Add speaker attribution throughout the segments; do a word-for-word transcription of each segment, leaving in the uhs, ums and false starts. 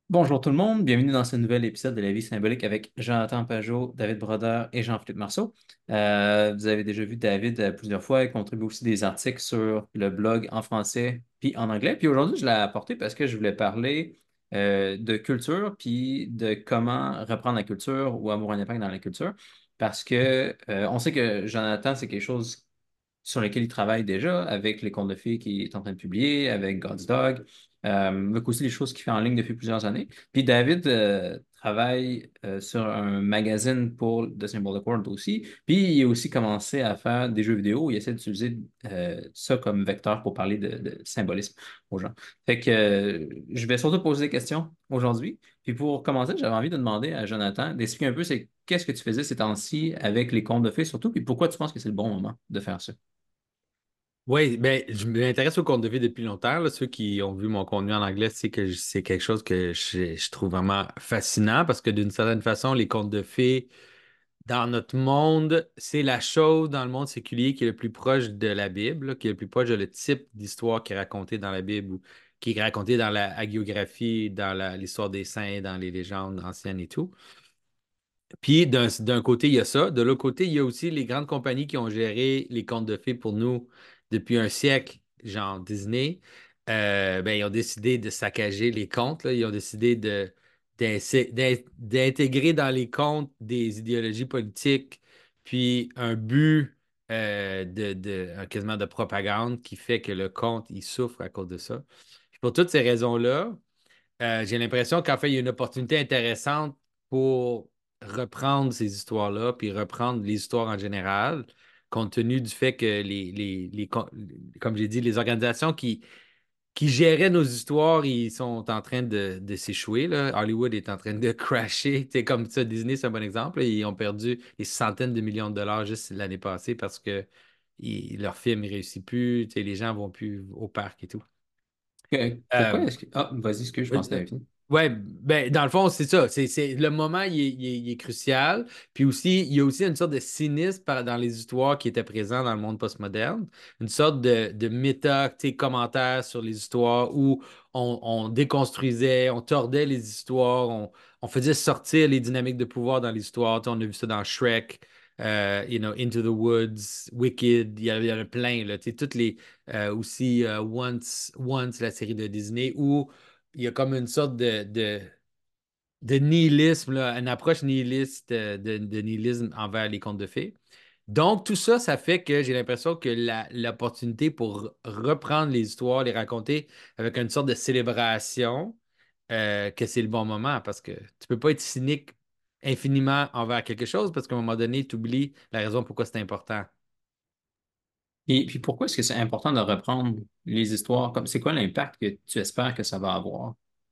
Speaker 1: Bonjour tout le monde, bienvenue dans ce nouvel épisode de La vie symbolique avec Jonathan Pajot, David Brodeur et Jean-Philippe Marceau. Euh, vous avez déjà vu David euh, plusieurs fois, il contribue aussi des articles sur le blog en français puis en anglais. Puis aujourd'hui, je l'ai apporté parce que je voulais parler euh, de culture puis de comment reprendre la culture ou avoir un impact dans la culture. Parce que euh, on sait que Jonathan, c'est quelque chose sur lequel il travaille déjà, avec les contes de fées qu'il est en train de publier, avec God's Dog, euh, avec aussi les choses qu'il fait en ligne depuis plusieurs années. Puis David euh, travaille euh, sur un magazine pour The Symbolic World aussi. Puis il a aussi commencé à faire des jeux vidéo. Il essaie d'utiliser euh, ça comme vecteur pour parler de, de symbolisme aux gens. Fait que euh, je vais surtout poser des questions aujourd'hui. Puis pour commencer, j'avais envie de demander à Jonathan d'expliquer un peu c'est qu'est-ce que tu faisais ces temps-ci avec les contes de fées surtout, puis pourquoi tu penses que c'est le bon moment de faire ça.
Speaker 2: Oui, ben, je m'intéresse au conte de vie depuis longtemps, là. Ceux qui ont vu mon contenu en anglais, c'est que je- c'est quelque chose que je, je trouve vraiment fascinant parce que d'une certaine façon, les contes de fées, dans notre monde, c'est la chose dans le monde séculier qui est le plus proche de la Bible, là, qui est le plus proche de le type d'histoire qui est racontée dans la Bible ou qui est racontée dans la hagiographie, dans la- l'histoire des saints, dans les légendes anciennes et tout. Puis d'un d'un côté, il y a ça. De l'autre côté, il y a aussi les grandes compagnies qui ont géré les contes de fées pour nous depuis un siècle, genre Disney. Euh, ben, ils ont décidé de saccager les contes, là. Ils ont décidé de, d'insé- d'in- d'intégrer dans les contes des idéologies politiques, puis un but euh, de, de, un- quasiment de propagande qui fait que le conte, il souffre à cause de ça. Puis pour toutes ces raisons-là, euh, j'ai l'impression qu'en fait, il y a une opportunité intéressante pour reprendre ces histoires-là, puis reprendre les histoires en général, compte tenu du fait que les, les, les co- comme j'ai dit, les organisations qui, qui géraient nos histoires, ils sont en train de, de s'échouer, là. Hollywood est en train de crasher. C'est comme ça, Disney, c'est un bon exemple, là. Ils ont perdu des centaines de millions de dollars juste l'année passée parce que ils- leur film ne réussit plus, tu sais, les gens vont plus au parc et tout.
Speaker 1: Que- pourquoi
Speaker 2: Euh,
Speaker 1: est-ce que... Ah, vas-y, excuse, je
Speaker 2: Euh,
Speaker 1: pense que
Speaker 2: euh,
Speaker 1: t'avais fini.
Speaker 2: Ouais, ben, dans le fond, c'est ça. C'est, c'est, le moment, il est, il est- il est crucial. Puis aussi, il y a aussi une sorte de cynisme par- dans les histoires qui étaient présents dans le monde postmoderne. Une sorte de, de méta, tu sais, commentaire sur les histoires où on, on déconstruisait, on tordait les histoires, on, on faisait sortir les dynamiques de pouvoir dans l'histoire. Tu sais, on a vu ça dans Shrek, euh, you know, Into the Woods, Wicked, il y en a, il y en a plein, là. Tu sais, toutes les, euh, aussi, euh, Once, Once, la série de Disney, où il y a comme une sorte de, de, de nihilisme, là, une approche nihiliste euh, de, de nihilisme envers les contes de fées. Donc, tout ça, ça fait que j'ai l'impression que la- l'opportunité pour reprendre les histoires, les raconter avec une sorte de célébration, euh, que c'est le bon moment parce que tu peux pas être cynique infiniment envers quelque chose parce qu'à un moment donné, tu oublies la raison pourquoi c'est important.
Speaker 1: Et puis pourquoi est-ce que c'est important de reprendre les histoires comme c'est quoi l'impact que tu espères que ça va avoir?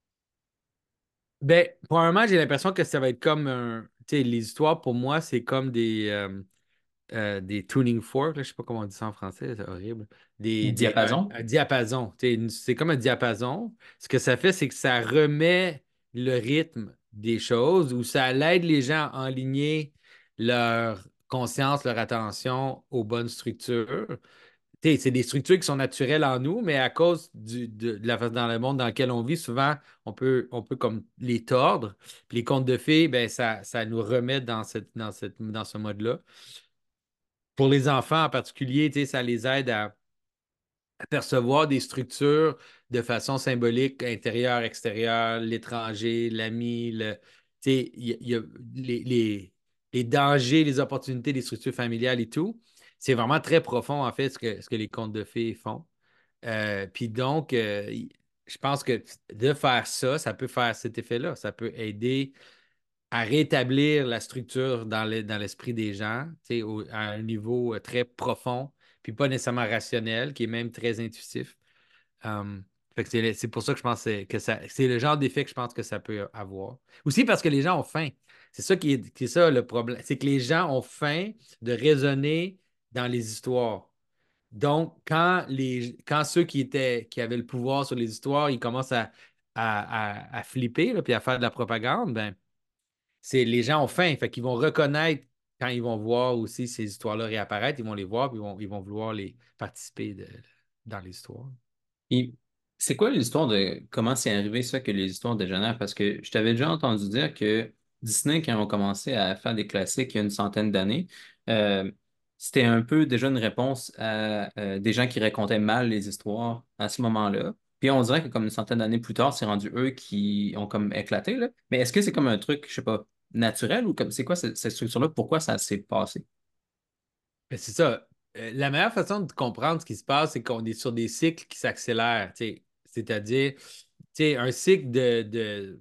Speaker 2: Ben, probablement, j'ai l'impression que ça va être comme un. Tu sais, les histoires, pour moi, c'est comme des. euh, euh, des tuning forks, là, je sais pas comment on dit ça en français, c'est horrible. Des, des- un,
Speaker 1: Diapason?
Speaker 2: un diapason. Tu sais, une- C'est comme un diapason. Ce que ça fait, c'est que ça remet le rythme des choses ou ça aide les gens à enligner leur conscience, leur attention aux bonnes structures. Tu sais, c'est des structures qui sont naturelles en nous, mais à cause du- de, de la façon dans le monde dans lequel on vit, souvent, on peut, on peut comme les tordre. Puis les contes de fées, ben, ça, ça nous remet dans cette, dans cette, dans ce mode-là. Pour les enfants en particulier, tu sais, ça les aide à percevoir des structures de façon symbolique, intérieure, extérieure, l'étranger, l'ami, le, tu sais, il y a, il y a les, les- les dangers, les opportunités des structures familiales et tout. C'est vraiment très profond, en fait, ce que, ce que les contes de fées font. Euh, puis donc, euh, je pense que de faire ça, ça peut faire cet effet-là. Ça peut aider à rétablir la structure dans le- dans l'esprit des gens, tu sais, au- à un niveau euh, très profond, puis pas nécessairement rationnel, qui est même très intuitif. Um, fait que c'est c'est pour ça que je pense que c'est que ça, c'est le genre d'effet que je pense que ça peut avoir. Aussi parce que les gens ont faim. C'est ça qui est, qui est ça le problème. C'est que les gens ont faim de raisonner dans les histoires. Donc, quand, les, quand ceux qui étaient, qui avaient le pouvoir sur les histoires, ils commencent à, à, à- à flipper, là, puis à faire de la propagande, ben, c'est les gens ont faim, fait qu'ils vont reconnaître quand ils vont voir aussi ces histoires-là réapparaître, ils vont les voir, puis ils vont, ils vont vouloir les participer de- dans l'histoire.
Speaker 1: C'est quoi l'histoire de comment c'est arrivé ça que les histoires dégénèrent? Parce que je t'avais déjà entendu dire que Disney, quand ils ont commencé à faire des classiques il y a une centaine d'années, euh, c'était un peu déjà une réponse à euh, des gens qui racontaient mal les histoires à ce moment-là. Puis on dirait que comme une centaine d'années plus tard, c'est rendu eux qui ont comme éclaté, là. Mais est-ce que c'est comme un truc, je sais pas, naturel ou comme c'est quoi cette, cette structure-là? Pourquoi ça s'est passé?
Speaker 2: Ben, c'est ça. Euh, la meilleure façon de comprendre ce qui se passe, c'est qu'on est sur des cycles qui s'accélèrent. Tu sais. C'est-à-dire, tu sais, un cycle de, de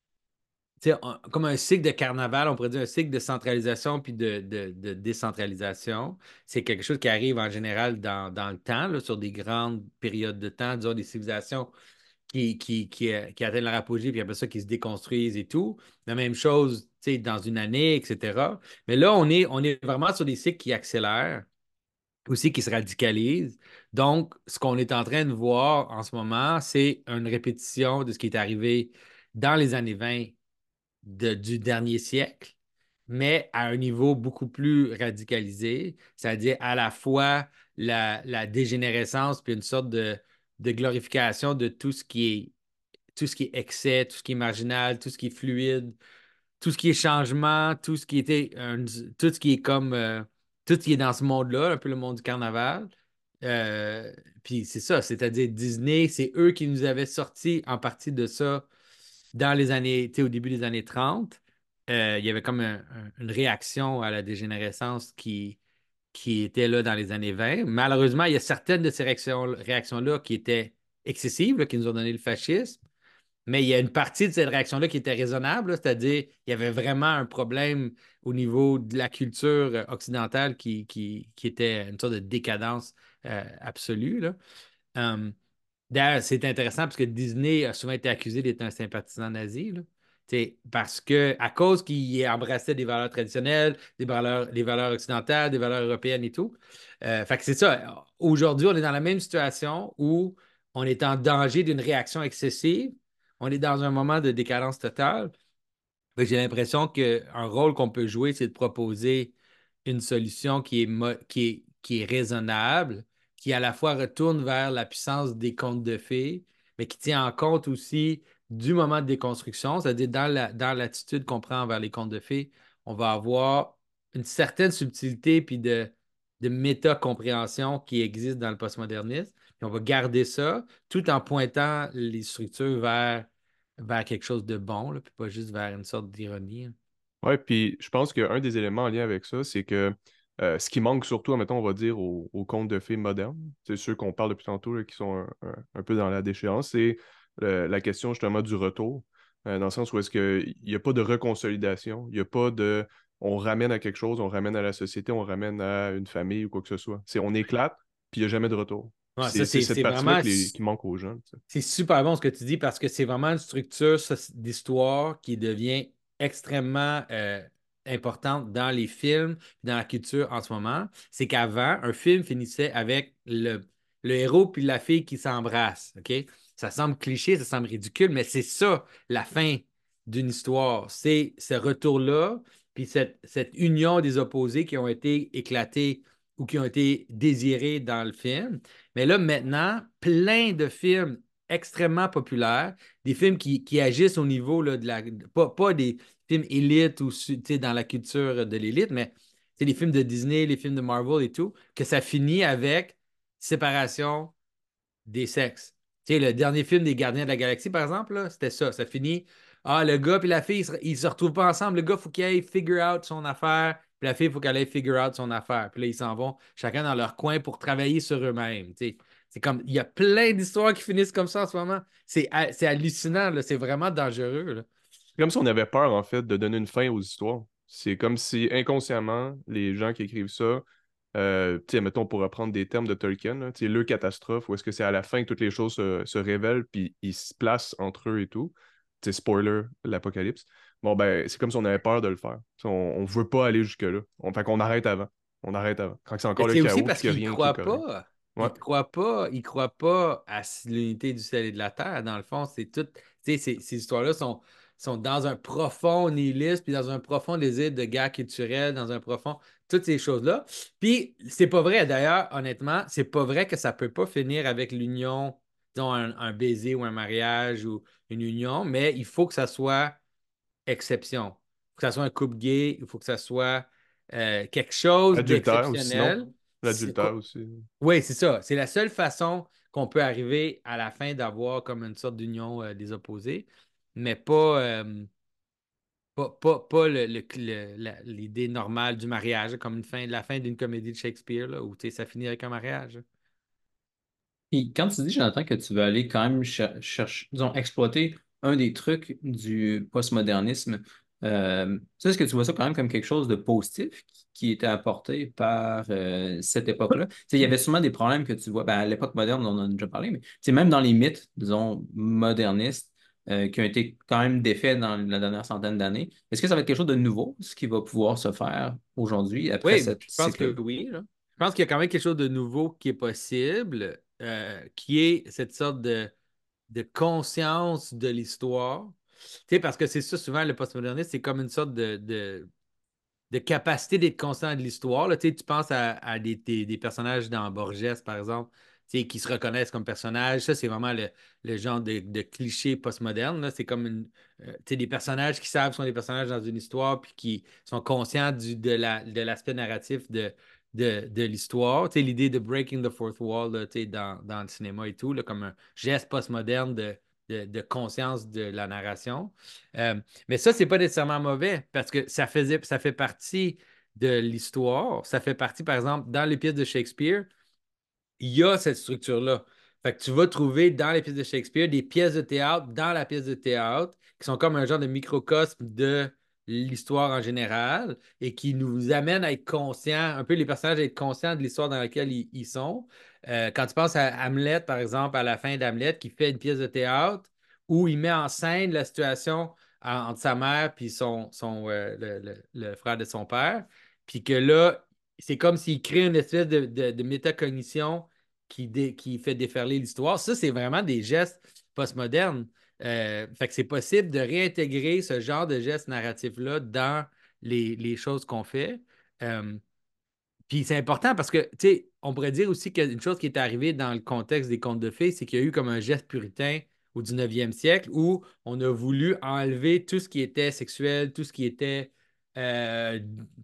Speaker 2: tu sais, un- comme un cycle de carnaval, on pourrait dire un cycle de centralisation puis de, de- de décentralisation. C'est quelque chose qui arrive en général dans, dans le temps, là, sur des grandes périodes de temps, disons des civilisations qui, qui, qui, euh, qui atteignent leur apogée, puis après ça, qui se déconstruisent et tout. La même chose, tu sais, dans une année, et cetera. Mais là, on est, on est vraiment sur des cycles qui accélèrent, aussi qui se radicalisent. Donc, ce qu'on est en train de voir en ce moment, c'est une répétition de ce qui est arrivé dans les années vingt de- du dernier siècle, mais à un niveau beaucoup plus radicalisé, c'est-à-dire à la fois la, la dégénérescence puis une sorte de, de glorification de tout ce qui est tout ce qui est excès, tout ce qui est marginal, tout ce qui est fluide, tout ce qui est changement, tout ce qui était un- tout ce qui est comme euh, tout ce qui est dans ce monde-là, un peu le monde du carnaval. Euh, Puis c'est ça, c'est-à-dire Disney, c'est eux qui nous avaient sorti en partie de ça dans les années, tu sais, au début des années trente. Euh, il y avait comme un- un- une réaction à la dégénérescence qui, qui était là dans les années vingt. Malheureusement, il y a certaines de ces réactions, réactions-là qui étaient excessives, là, qui nous ont donné le fascisme. Mais il y a une partie de cette réaction-là qui était raisonnable, là, c'est-à-dire il y avait vraiment un problème au niveau de la culture euh, occidentale qui, qui, qui était une sorte de décadence euh, absolue, là. Euh, D'ailleurs, c'est intéressant parce que Disney a souvent été accusé d'être un sympathisant nazi, là. T'sais, parce que à cause qu'il embrassait des valeurs traditionnelles, des valeurs, des valeurs occidentales, des valeurs européennes et tout. Euh, fait que c'est ça. Aujourd'hui, on est dans la même situation où on est en danger d'une réaction excessive. On est dans un moment de décadence totale. Fait que j'ai l'impression qu'un rôle qu'on peut jouer, c'est de proposer une solution qui est, mo- qui est, qui est raisonnable, qui à la fois retourne vers la puissance des contes de fées, mais qui tient en compte aussi du moment de déconstruction, c'est-à-dire dans la, dans l'attitude qu'on prend envers les contes de fées, on va avoir une certaine subtilité puis de, de méta-compréhension qui existe dans le postmodernisme. Puis on va garder ça tout en pointant les structures vers vers quelque chose de bon, là, puis pas juste vers une sorte d'ironie, hein.
Speaker 3: Ouais, puis je pense qu'un des éléments en lien avec ça, c'est que euh, ce qui manque surtout, mettons, on va dire, aux, aux contes de fées modernes, c'est ceux qu'on parle depuis tantôt, là, qui sont un, un- un peu dans la déchéance, c'est euh, la question justement du retour, euh, dans le sens où est-ce qu'il n'y a pas de reconsolidation, il n'y a pas de on ramène à quelque chose, on ramène à la société, on ramène à une famille ou quoi que ce soit. C'est on éclate, puis il n'y a jamais de retour. Puis
Speaker 2: Ouais, ça,
Speaker 3: c'est c'est
Speaker 2: c'est
Speaker 3: cette
Speaker 2: c'est
Speaker 3: partie-là
Speaker 2: vraiment,
Speaker 3: que les- qui manque aux jeunes, tu sais.
Speaker 2: c'est super bon ce que tu dis parce que c'est vraiment une structure ça, d'histoire qui devient extrêmement euh, importante dans les films, dans la culture en ce moment. C'est qu'avant, un film finissait avec le, le héros puis la fille qui s'embrassent, OK? Ça semble cliché, ça semble ridicule, mais c'est ça la fin d'une histoire. C'est ce retour-là, puis cette, cette union des opposés qui ont été éclatés ou qui ont été désirés dans le film. Mais là, maintenant, plein de films extrêmement populaires, des films qui, qui agissent au niveau là, de la. Pas, pas des films élites ou tu sais, dans la culture de l'élite, mais c'est les films de Disney, les films de Marvel et tout, que ça finit avec séparation des sexes. Tu sais, le dernier film des Gardiens de la Galaxie, par exemple, là, c'était ça. Ça finit. Ah, le gars et la fille, ils se, ils se retrouvent pas ensemble. Le gars, il faut qu'il aille figure out son affaire. Puis la fille, il faut qu'elle aille figure out son affaire. Puis là, ils s'en vont chacun dans leur coin pour travailler sur eux-mêmes. Tu sais. C'est comme. Il y a plein d'histoires qui finissent comme ça en ce moment. C'est ha- c'est hallucinant, là. C'est vraiment dangereux, là.
Speaker 3: C'est comme si on avait peur, en fait, de donner une fin aux histoires. C'est comme si inconsciemment, les gens qui écrivent ça, euh, tu sais, mettons, pour reprendre des termes de Tolkien, là, tu sais, le catastrophe, où est-ce que c'est à la fin que toutes les choses se, se révèlent, puis ils se placent entre eux et tout. Tu sais, spoiler, l'apocalypse. Bon, ben, c'est comme si on avait peur de le faire. Tu sais, On, on veut pas aller jusque-là. On, fait qu'on arrête avant. On arrête avant. Quand c'est
Speaker 2: Mais
Speaker 3: encore le
Speaker 2: c'est aussi
Speaker 3: chaos, puis
Speaker 2: parce
Speaker 3: qu'il n'y a
Speaker 2: qu'ils
Speaker 3: rien qui est
Speaker 2: croient
Speaker 3: correct.
Speaker 2: pas.
Speaker 3: Ouais.
Speaker 2: Ils croient pas, ils croient pas à l'unité du ciel et de la terre. Dans le fond, c'est tout. Tu sais, ces, ces histoires-là sont, sont dans un profond nihilisme, puis dans un profond désir de guerre culturelle, dans un profond. Toutes ces choses-là. Puis, c'est pas vrai, d'ailleurs, honnêtement, c'est pas vrai que ça peut pas finir avec l'union. disons, un, un baiser ou un mariage ou une union, mais il faut que ça soit exception. Il faut que ça soit un couple gay, il faut que ça soit euh, quelque chose
Speaker 3: Adultère, ou
Speaker 2: d'exceptionnel.
Speaker 3: sinon,
Speaker 2: C'est
Speaker 3: l'adultère
Speaker 2: quoi-
Speaker 3: aussi.
Speaker 2: Oui, c'est ça. C'est la seule façon qu'on peut arriver à la fin d'avoir comme une sorte d'union euh, des opposés, mais pas, euh, pas, pas, pas le- le- le- la- l'idée normale du mariage, comme une fin, la fin d'une comédie de Shakespeare, là, où tu sais, ça finit avec un mariage.
Speaker 1: Puis quand tu dis, Jonathan, que tu veux aller quand même cher- chercher, disons, exploiter un des trucs du postmodernisme, euh, ça, est-ce que tu vois ça quand même comme quelque chose de positif qui, qui était apporté par euh, cette époque-là? Tu sais, il y avait sûrement des problèmes que tu vois, ben, à l'époque moderne, on en a déjà parlé, mais c'est même dans les mythes, disons, modernistes, euh, qui ont été quand même défaits dans la dernière centaine d'années. Est-ce que ça va être quelque chose de nouveau, ce qui va pouvoir se faire aujourd'hui après
Speaker 2: Oui,
Speaker 1: cette
Speaker 2: je pense que
Speaker 1: cycle-là?
Speaker 2: oui, là. Je pense qu'il y a quand même quelque chose de nouveau qui est possible, euh, qui est cette sorte de, de conscience de l'histoire. Tu sais, parce que c'est ça, souvent, le postmodernisme, c'est comme une sorte de, de de capacité d'être conscient de l'histoire. Là. Tu sais, tu penses à, à des, des- des personnages dans Borges, par exemple, tu sais, qui se reconnaissent comme personnages. Ça, c'est vraiment le, le genre de, de cliché postmoderne. Là. C'est comme une, euh, tu sais, des personnages qui savent qu'ils sont des personnages dans une histoire puis qui sont conscients du, de la, de l'aspect narratif de, de, de l'histoire. Tu sais, l'idée de breaking the fourth wall là, tu sais, dans, dans le cinéma et tout, là, comme un geste postmoderne de, de, de conscience de la narration. Euh, mais ça, c'est pas nécessairement mauvais parce que ça faisait, ça fait partie de l'histoire. Ça fait partie, par exemple, dans les pièces de Shakespeare, il y a cette structure-là. Fait que tu vas trouver dans les pièces de Shakespeare des pièces de théâtre dans la pièce de théâtre qui sont comme un genre de microcosme de l'histoire en général et qui nous amènent à être conscients, un peu les personnages à être conscients de l'histoire dans laquelle ils, ils sont. Euh, quand tu penses à Hamlet, par exemple, à la fin d'Hamlet, qui fait une pièce de théâtre où il met en scène la situation en- entre sa mère puis son, son, euh, le, le- le frère de son père, puis que là, c'est comme s'il crée une espèce de, de- de métacognition qui, dé- qui fait déferler l'histoire. Ça, c'est vraiment des gestes postmodernes. Euh, fait que c'est possible de réintégrer ce genre de gestes narratifs-là dans les, les choses qu'on fait. Euh, Puis c'est important parce que, tu sais, on pourrait dire aussi qu'une chose qui est arrivée dans le contexte des contes de fées, c'est qu'il y a eu comme un geste puritain au dix-neuvième siècle où on a voulu enlever tout ce qui était sexuel, tout ce qui était euh,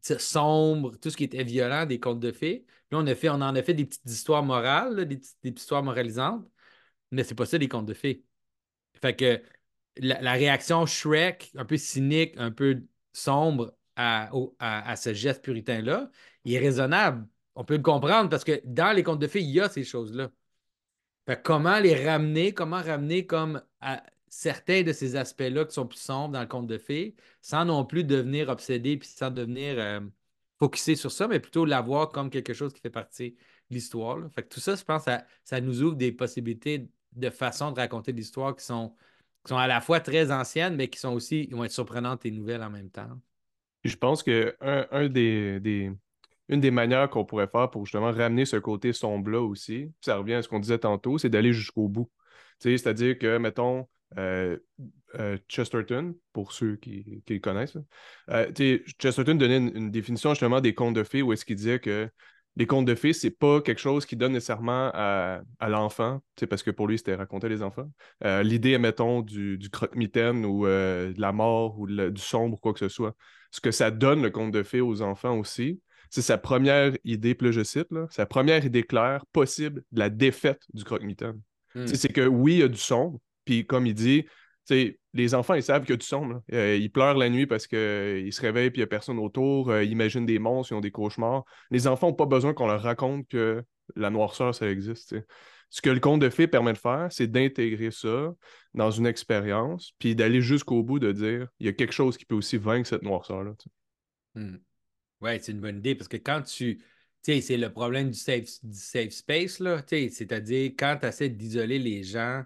Speaker 2: sombre, tout ce qui était violent des contes de fées. Puis on a fait, on en a fait des petites histoires morales, là, des, petites, des petites histoires moralisantes, mais c'est pas ça des contes de fées. Fait que la, la réaction Shrek, un peu cynique, un peu sombre à, au- à- à ce geste puritain-là, il est raisonnable. On peut le comprendre parce que dans les contes de fées, il y a ces choses-là. Fait que comment les ramener, comment ramener comme à certains de ces aspects-là qui sont plus sombres dans le conte de fées, sans non plus devenir obsédé puis sans devenir euh, focusé sur ça, mais plutôt l'avoir comme quelque chose qui fait partie de l'histoire. Là. Fait que tout ça, je pense, ça, ça nous ouvre des possibilités de façon de raconter l'histoire qui sont, qui sont à la fois très anciennes, mais qui sont aussi, ils vont être surprenantes et nouvelles en même temps.
Speaker 3: Puis je pense que un, un des, des- une des manières qu'on pourrait faire pour justement ramener ce côté sombre-là aussi, ça revient à ce qu'on disait tantôt, c'est d'aller jusqu'au bout. Tu sais, c'est-à-dire que, mettons, euh, euh, Chesterton, pour ceux qui, qui le connaissent, là, euh, tu sais, Chesterton donnait une, une définition justement des contes de fées où est-ce qu'il disait que les contes de fées, c'est pas quelque chose qui donne nécessairement à, à l'enfant, tu sais, parce que pour lui, c'était raconter les enfants. Euh, l'idée, mettons, du, du croque-mitaine ou euh, de la mort ou le- du sombre ou quoi que ce soit. Ce que ça donne, le conte de fées aux enfants aussi, c'est sa première idée, puis là, je cite, là, sa première idée claire possible de la défaite du croque-mitaine. Tu sais,
Speaker 2: Hmm.
Speaker 3: c'est que oui, il y a du sombre, puis comme il dit, tu sais, les enfants, ils savent qu'il y a du sombre. Là. Euh, ils pleurent la nuit parce qu'ils se réveillent puis il n'y a personne autour. Euh, ils imaginent des monstres, ils ont des cauchemars. Les enfants n'ont pas besoin qu'on leur raconte que la noirceur, ça existe. Tu sais. Ce que le conte de fées permet de faire, c'est d'intégrer ça dans une expérience, puis d'aller jusqu'au bout de dire, il y a quelque chose qui peut aussi vaincre cette noirceur-là. Tu sais.
Speaker 2: Hmm. Ouais, c'est une bonne idée parce que quand tu. Tu sais, c'est le problème du safe, du safe space, là. Tu sais, c'est-à-dire quand tu essaies d'isoler les gens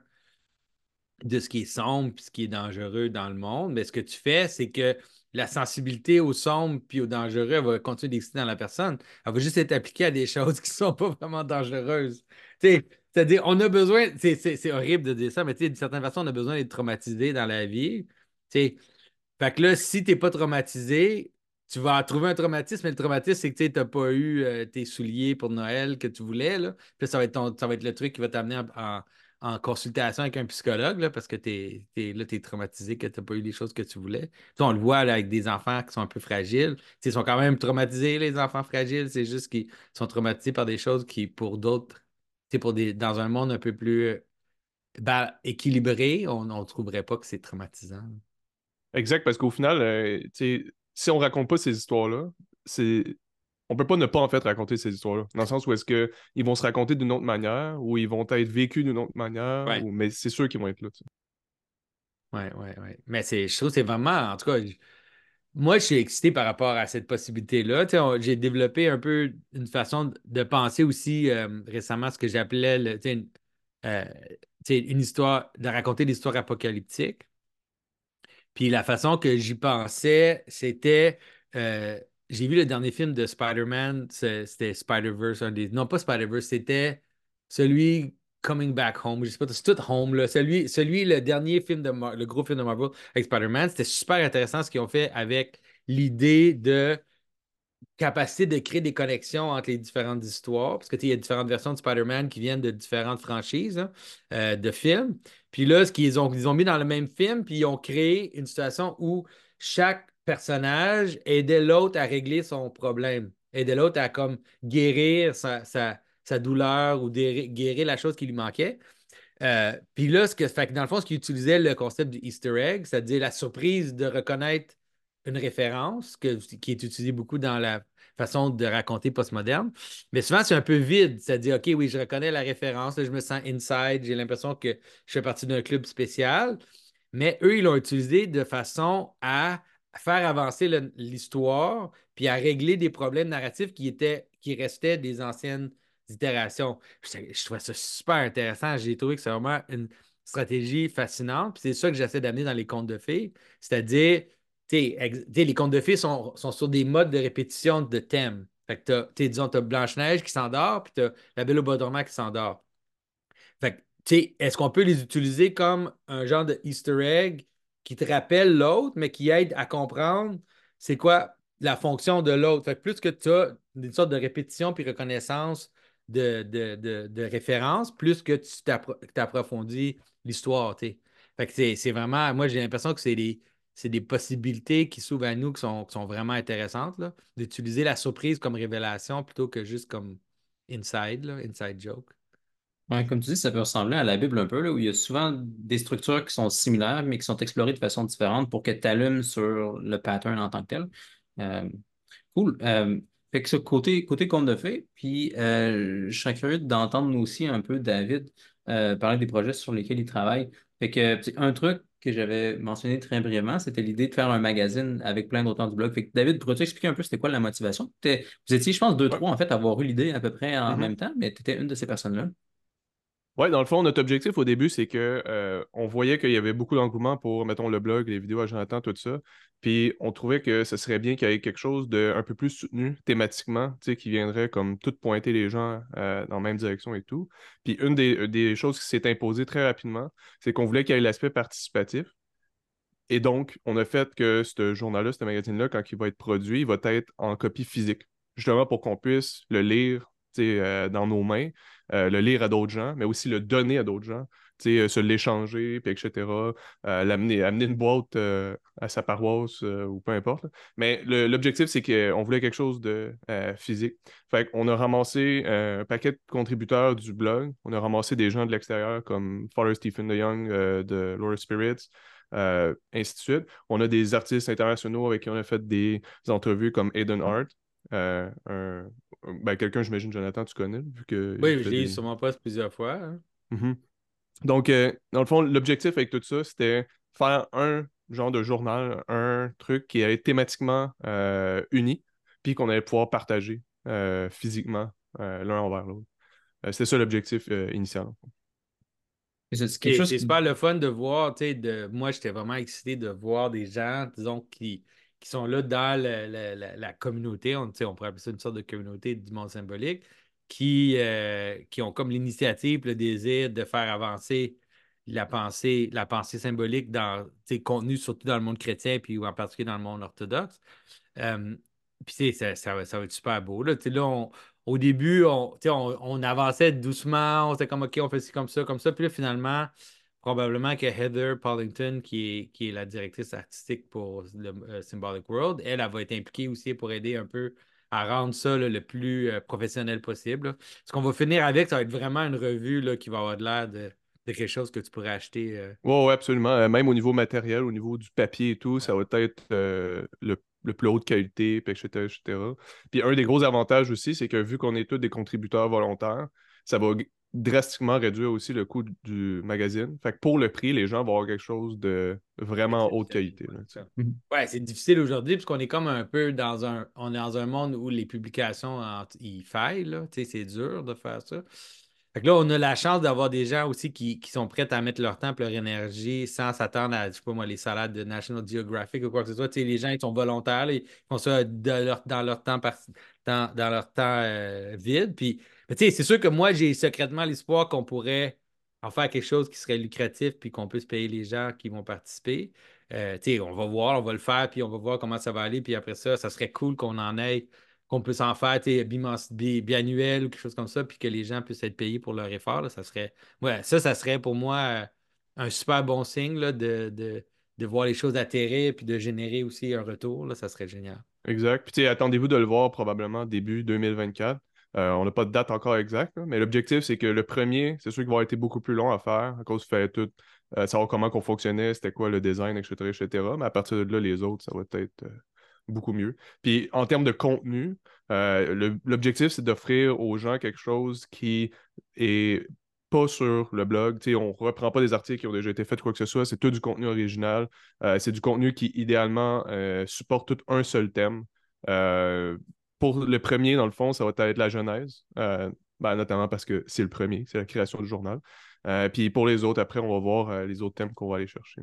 Speaker 2: de ce qui est sombre puis ce qui est dangereux dans le monde, mais ce que tu fais, c'est que la sensibilité au sombre puis au dangereux, elle va continuer d'exister dans la personne. Elle va juste être appliquée à des choses qui ne sont pas vraiment dangereuses. Tu sais, c'est-à-dire, on a besoin, c'est c'est- c'est horrible de dire ça, mais tu sais, d'une certaine façon, on a besoin d'être traumatisé dans la vie. Tu sais, fait que là, si tu n'es pas traumatisé, tu vas trouver un traumatisme, mais le traumatisme, c'est que tu n'as pas eu euh, tes souliers pour Noël que tu voulais. Là. Puis là, ça va être ton- ça va être le truc qui va t'amener en, en- en consultation avec un psychologue là, parce que t'es, t'es, là, tu es traumatisé, que tu n'as pas eu les choses que tu voulais. Tu sais, on le voit là, avec des enfants qui sont un peu fragiles. Tu sais, ils sont quand même traumatisés, les enfants fragiles. C'est juste qu'ils sont traumatisés par des choses qui, pour d'autres, tu sais, pour des, dans un monde un peu plus euh, ben, équilibré, on ne trouverait pas que c'est traumatisant.
Speaker 3: Exact, parce qu'au final, euh, tu sais, si on raconte pas ces histoires-là, c'est on peut pas ne pas en fait raconter ces histoires-là. Dans le sens où est-ce que ils vont se raconter d'une autre manière, ou ils vont être vécus d'une autre manière,
Speaker 2: Ouais,
Speaker 3: ou mais c'est sûr qu'ils vont être là. Tu sais.
Speaker 2: ouais, ouais, ouais. Mais c'est, je trouve que c'est vraiment, en tout cas, je- moi, je suis excité par rapport à cette possibilité-là. Tu sais, on- j'ai développé un peu une façon de penser aussi euh, récemment ce que j'appelais le, tu sais, une, euh, tu sais, une histoire, de raconter l'histoire apocalyptique. Puis la façon que j'y pensais, c'était. euh, j'ai vu le dernier film de Spider-Man, c'est- c'était Spider-Verse, un des. Non, pas Spider-Verse, c'était celui Coming Back Home. Je sais pas, c'est tout Home, là. Celui, celui, le dernier film de Mar- le gros film de Marvel avec Spider-Man, c'était super intéressant ce qu'ils ont fait avec l'idée de capacité de créer des connexions entre les différentes histoires, parce que tu sais, il y a différentes versions de Spider-Man qui viennent de différentes franchises hein, euh, de films. Puis là, ce qu'ils ont, ils ont mis dans le même film, puis ils ont créé une situation où chaque personnage aidait l'autre à régler son problème, aidait l'autre à comme guérir sa, sa- sa douleur ou dé- guérir la chose qui lui manquait. Euh, puis là, ce que, fait que dans le fond, ce qu'ils utilisaient le concept du Easter egg, c'est-à-dire la surprise de reconnaître une référence, que- qui est utilisée beaucoup dans la façon de raconter postmoderne. Mais souvent, c'est un peu vide, c'est-à-dire, OK, oui, je reconnais la référence, là, je me sens inside, j'ai l'impression que je fais partie d'un club spécial. Mais eux, ils l'ont utilisé de façon à faire avancer le- l'histoire, puis à régler des problèmes narratifs qui étaient, qui restaient des anciennes itérations. Je, je trouvais ça super intéressant. J'ai trouvé que c'est vraiment une stratégie fascinante. Puis c'est ça que j'essaie d'amener dans les contes de fées. C'est-à-dire, tu sais, ex- tu sais, les contes de fées sont, sont sur des modes de répétition de thèmes. Fait que t'as, tu sais, disons, tu as Blanche-Neige qui s'endort, puis tu as La Belle au bois dormant qui s'endort. Fait que, tu sais, est-ce qu'on peut les utiliser comme un genre de Easter egg qui te rappelle l'autre, mais qui aide à comprendre c'est quoi la fonction de l'autre? Fait que plus que tu as une sorte de répétition puis reconnaissance de, de, de, de référence, plus que tu t'appro- que t'approfondis l'histoire, tu sais. Fait que c'est c'est vraiment, moi j'ai l'impression que c'est des, c'est des possibilités qui s'ouvrent à nous qui sont, qui sont vraiment intéressantes, là, d'utiliser la surprise comme révélation plutôt que juste comme inside, là, inside joke.
Speaker 1: Ouais, comme tu dis, ça peut ressembler à la Bible un peu, là, où il y a souvent des structures qui sont similaires, mais qui sont explorées de façon différente pour que tu allumes sur le pattern en tant que tel. Euh, Cool. Euh, fait que ce côté, côté conte de fées, puis euh, je serais curieux d'entendre nous aussi un peu David euh, parler des projets sur lesquels il travaille. Fait que c'est un truc que j'avais mentionné très brièvement, c'était l'idée de faire un magazine avec plein d'auteurs du blog. Fait que David, pourrais-tu expliquer un peu c'était quoi la motivation? T'es- Vous étiez, je pense, deux,
Speaker 3: Ouais.
Speaker 1: trois en fait, à avoir eu l'idée à peu près en
Speaker 3: Mhm.
Speaker 1: même temps, mais tu étais une de ces personnes-là.
Speaker 3: Ouais, dans le fond, notre objectif au début, c'est que euh, on voyait qu'il y avait beaucoup d'engouement pour, mettons, le blog, les vidéos à Jonathan, tout ça. Puis on trouvait que ce serait bien qu'il y ait quelque chose de un peu plus soutenu thématiquement, tu sais, qui viendrait comme tout pointer les gens euh, dans la même direction et tout. Puis une des, des choses qui s'est imposée très rapidement, c'est qu'on voulait qu'il y ait l'aspect participatif. Et donc, on a fait que ce journal-là, ce magazine-là, quand il va être produit, il va être en copie physique, justement pour qu'on puisse le lire, tu sais, euh, dans nos mains, euh, le lire à d'autres gens, mais aussi le donner à d'autres gens, tu sais, euh, se l'échanger, puis et cetera, euh, l'amener, amener une boîte euh, à sa paroisse euh, ou peu importe. Là. Mais le- l'objectif, c'est qu'on voulait quelque chose de euh, physique. Fait qu'on a ramassé euh, un paquet de contributeurs du blog. On a ramassé des gens de l'extérieur comme Father Stephen DeYoung euh, de Laura Spirits, euh, ainsi de suite. On a des artistes internationaux avec qui on a fait des entrevues comme Aiden Hart, euh, un- ben, quelqu'un, j'imagine, Jonathan, tu connais, vu qu'il
Speaker 2: Oui, je
Speaker 3: fait
Speaker 2: l'ai eu
Speaker 3: des...
Speaker 2: sur mon poste plusieurs fois. Hein.
Speaker 3: Mhm. Donc, euh, dans le fond, l'objectif avec tout ça, c'était faire un genre de journal, un truc qui allait être thématiquement euh, uni, puis qu'on allait pouvoir partager euh, physiquement euh, l'un envers l'autre. Euh, c'était ça l'objectif euh, initial.
Speaker 1: Et C'est quelque
Speaker 2: Et
Speaker 1: chose
Speaker 2: c'est
Speaker 1: qui.
Speaker 2: super le fun de voir, tu sais, de, moi j'étais vraiment excité de voir des gens, disons, qui, qui sont là dans le- le- la, la communauté, on, tu sais, on pourrait appeler ça une sorte de communauté du monde symbolique, qui, euh, qui ont comme l'initiative, le désir de faire avancer la pensée, la pensée symbolique dans, tu sais, contenu surtout dans le monde chrétien, puis en particulier dans le monde orthodoxe. Euh, Puis, tu sais, ça, ça va ça va être super beau. Là, Tu sais, là on, au début, on, tu sais, on, on avançait doucement, on était comme OK, on fait ci comme ça, comme ça. Puis là, finalement, probablement que Heather Pollington, qui est, qui est la directrice artistique pour le euh, Symbolic World, elle, elle va être impliquée aussi pour aider un peu à rendre ça là, le plus euh, professionnel possible, là. Ce qu'on va finir avec, ça va être vraiment une revue là, qui va avoir de l'air de, de quelque chose que tu pourrais acheter. euh.
Speaker 3: Ouais, ouais, absolument. Euh, même au niveau matériel, au niveau du papier et tout, ça
Speaker 2: Ouais.
Speaker 3: va être euh, le, le plus haute qualité, puis et cetera, et cetera. Puis un des gros avantages aussi, c'est que vu qu'on est tous des contributeurs volontaires, ça va g- drastiquement réduire aussi le coût du du magazine. Fait que pour le prix, les gens vont avoir quelque chose de vraiment haute
Speaker 2: Exceptionnel,
Speaker 3: qualité,
Speaker 2: ouais,
Speaker 3: là, tu
Speaker 2: c'est
Speaker 3: sais.
Speaker 2: ça.
Speaker 1: Mhm.
Speaker 2: Ouais, c'est difficile aujourd'hui parce qu'on est comme un peu dans un, on est dans un monde où les publications, en- ils faillent, là. Tu sais, c'est dur de faire ça. Fait que là, on a la chance d'avoir des gens aussi qui, qui sont prêts à mettre leur temps et leur énergie sans s'attendre à, je sais pas moi, les salades de National Geographic ou quoi que ce soit. Tu sais, les gens, ils sont volontaires, là, ils font ça de leur- dans leur temps, par- dans, dans leur temps euh, vide. Puis, mais tu sais, c'est sûr que moi, j'ai secrètement l'espoir qu'on pourrait en faire quelque chose qui serait lucratif puis qu'on puisse payer les gens qui vont participer. Euh, tu sais, on va voir, on va le faire, puis on va voir comment ça va aller. Puis après ça, ça serait cool qu'on en ait, qu'on puisse en faire, tu sais, bimens- bi- biannuel ou quelque chose comme ça, puis que les gens puissent être payés pour leur effort, là. Ça serait, ouais, ça, ça serait pour moi euh, un super bon signe là, de, de, de voir les choses atterrir, puis de générer aussi un retour, là. Ça serait génial.
Speaker 3: Exact. Puis, tu sais, attendez-vous de le voir probablement début deux mille vingt-quatre. Euh, on n'a pas de date encore exacte, là, mais l'objectif, c'est que le premier, c'est sûr qu'il va avoir été beaucoup plus long à faire à cause du fait tout, euh, savoir comment qu'on fonctionnait, c'était quoi le design, et cetera, et cetera. Mais à partir de là, les autres, ça va être euh, beaucoup mieux. Puis, en termes de contenu, euh, le- l'objectif, c'est d'offrir aux gens quelque chose qui est pas sur le blog. Tu sais, on reprend pas des articles qui ont déjà été faits, quoi que ce soit. C'est tout du contenu original. Euh, c'est du contenu qui, idéalement, euh, supporte tout un seul thème. Euh, pour le premier, dans le fond, ça va être la genèse, euh, ben, notamment parce que c'est le premier, c'est la création du journal. Euh, puis pour les autres, après, on va voir euh, les autres thèmes qu'on va aller chercher.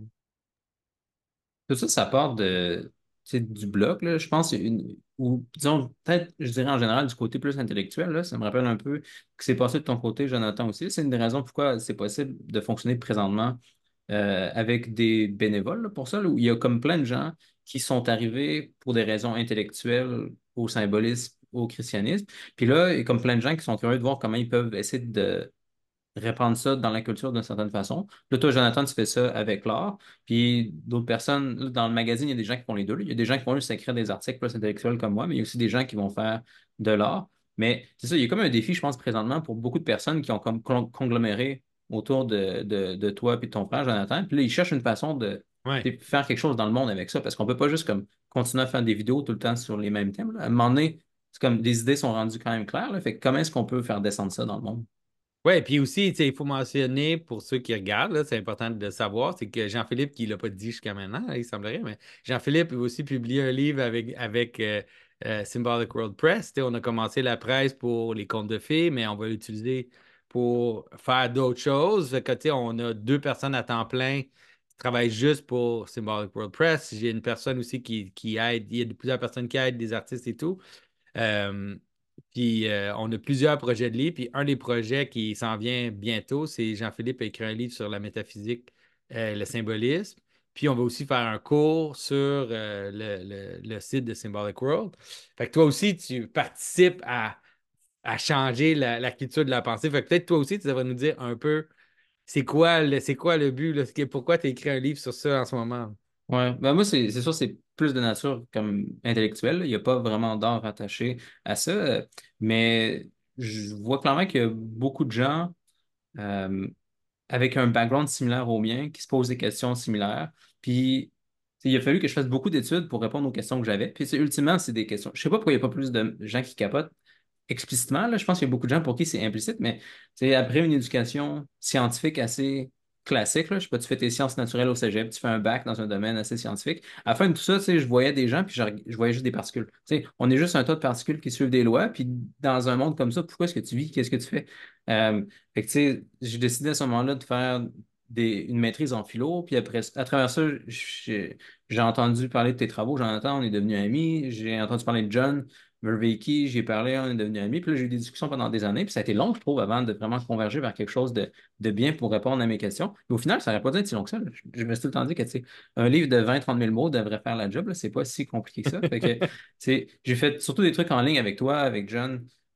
Speaker 1: Tout ça, ça part de, tu sais, du bloc, là. Je pense, une, ou disons, peut-être, je dirais en général, du côté plus intellectuel, là. Ça me rappelle un peu que c'est passé de ton côté, Jonathan aussi. C'est une des raisons pourquoi c'est possible de fonctionner présentement euh, avec des bénévoles là, pour ça, là, où il y a comme plein de gens qui sont arrivés pour des raisons intellectuelles au symbolisme, au christianisme. Puis là, il y a comme plein de gens qui sont curieux de voir comment ils peuvent essayer de répandre ça dans la culture d'une certaine façon. Là, toi, Jonathan, tu fais ça avec l'art. Puis d'autres personnes, là, dans le magazine, il y a des gens qui font les deux, là. Il y a des gens qui vont juste écrire des articles plus intellectuels comme moi, mais il y a aussi des gens qui vont faire de l'art. Mais c'est ça, il y a comme un défi, je pense, présentement, pour beaucoup de personnes qui ont comme con- congloméré autour de, de, de toi et de ton frère, Jonathan. Puis là, ils cherchent une façon de
Speaker 2: Ouais.
Speaker 1: de faire quelque chose dans le monde avec ça, parce qu'on peut pas juste comme continuer à faire des vidéos tout le temps sur les mêmes thèmes, là. À un moment donné, c'est comme les idées sont rendues quand même claires, là. Fait que comment est-ce qu'on peut faire descendre ça dans le monde?
Speaker 2: Ouais, puis aussi, tu sais, il faut mentionner pour ceux qui regardent, là, c'est important de le savoir, c'est que Jean-Philippe, qui ne l'a pas dit jusqu'à maintenant, là, il semblerait, mais Jean-Philippe a aussi publié un livre avec, avec euh, euh, Symbolic World Press. Tu sais, on a commencé la presse pour les contes de fées, mais on va l'utiliser pour faire d'autres choses. Fait que, tu sais, on a deux personnes à temps plein qui travaillent juste pour Symbolic World Press. J'ai une personne aussi qui, qui aide, il y a plusieurs personnes qui aident des artistes et tout. Euh, puis euh, on a plusieurs projets de livres. Puis un des projets qui s'en vient bientôt, c'est Jean-Philippe a écrit un livre sur la métaphysique, euh, le symbolisme. Puis on va aussi faire un cours sur euh, le, le- le site de Symbolic World. Fait que toi aussi, tu participes à, à changer la, la culture de la pensée. Fait que peut-être toi aussi, tu devrais nous dire un peu c'est quoi le, c'est quoi le but, là? C'est- Pourquoi tu as écrit un livre sur ça en ce moment?
Speaker 1: Ouais, ben moi, c'est c'est sûr, c'est plus de nature comme intellectuelle, là. Il n'y a pas vraiment d'art attaché à ça. euh, Mais je vois clairement qu'il y a beaucoup de gens euh, avec un background similaire au mien qui se posent des questions similaires. Puis, tu sais, il a fallu que je fasse beaucoup d'études pour répondre aux questions que j'avais. Puis, c'est, ultimement, c'est des questions. Je sais pas pourquoi il n'y a pas plus de gens qui capotent explicitement, là. Je pense qu'il y a beaucoup de gens pour qui c'est implicite, mais c'est après une éducation scientifique assez classique, là, je sais pas, tu fais tes sciences naturelles au cégep, tu fais un bac dans un domaine assez scientifique. À la fin de tout ça, tu sais, je voyais des gens, puis je, je voyais juste des particules. Tu sais, on est juste un tas de particules qui suivent des lois, puis dans un monde comme ça, pourquoi est-ce que tu vis? Qu'est-ce que tu fais? Euh, fait que, tu sais, j'ai décidé à ce moment-là de faire des, une maîtrise en philo, puis après, à travers ça, j'ai j'ai entendu parler de tes travaux, Jonathan, on est devenus amis, j'ai entendu parler de John, Vervaeke, j'ai parlé, on est devenus amis. Puis là, j'ai eu des discussions pendant des années. Puis ça a été long, je trouve, avant de vraiment converger vers quelque chose de, de bien pour répondre à mes questions. Mais au final, ça n'aurait pas dû être si long que ça, là. Je, je me suis tout le temps dit que, tu sais, un livre de vingt trente mille mots devrait faire la job, là. C'est pas si compliqué que ça. Fait que, tu sais, j'ai fait surtout des trucs en ligne avec toi, avec John.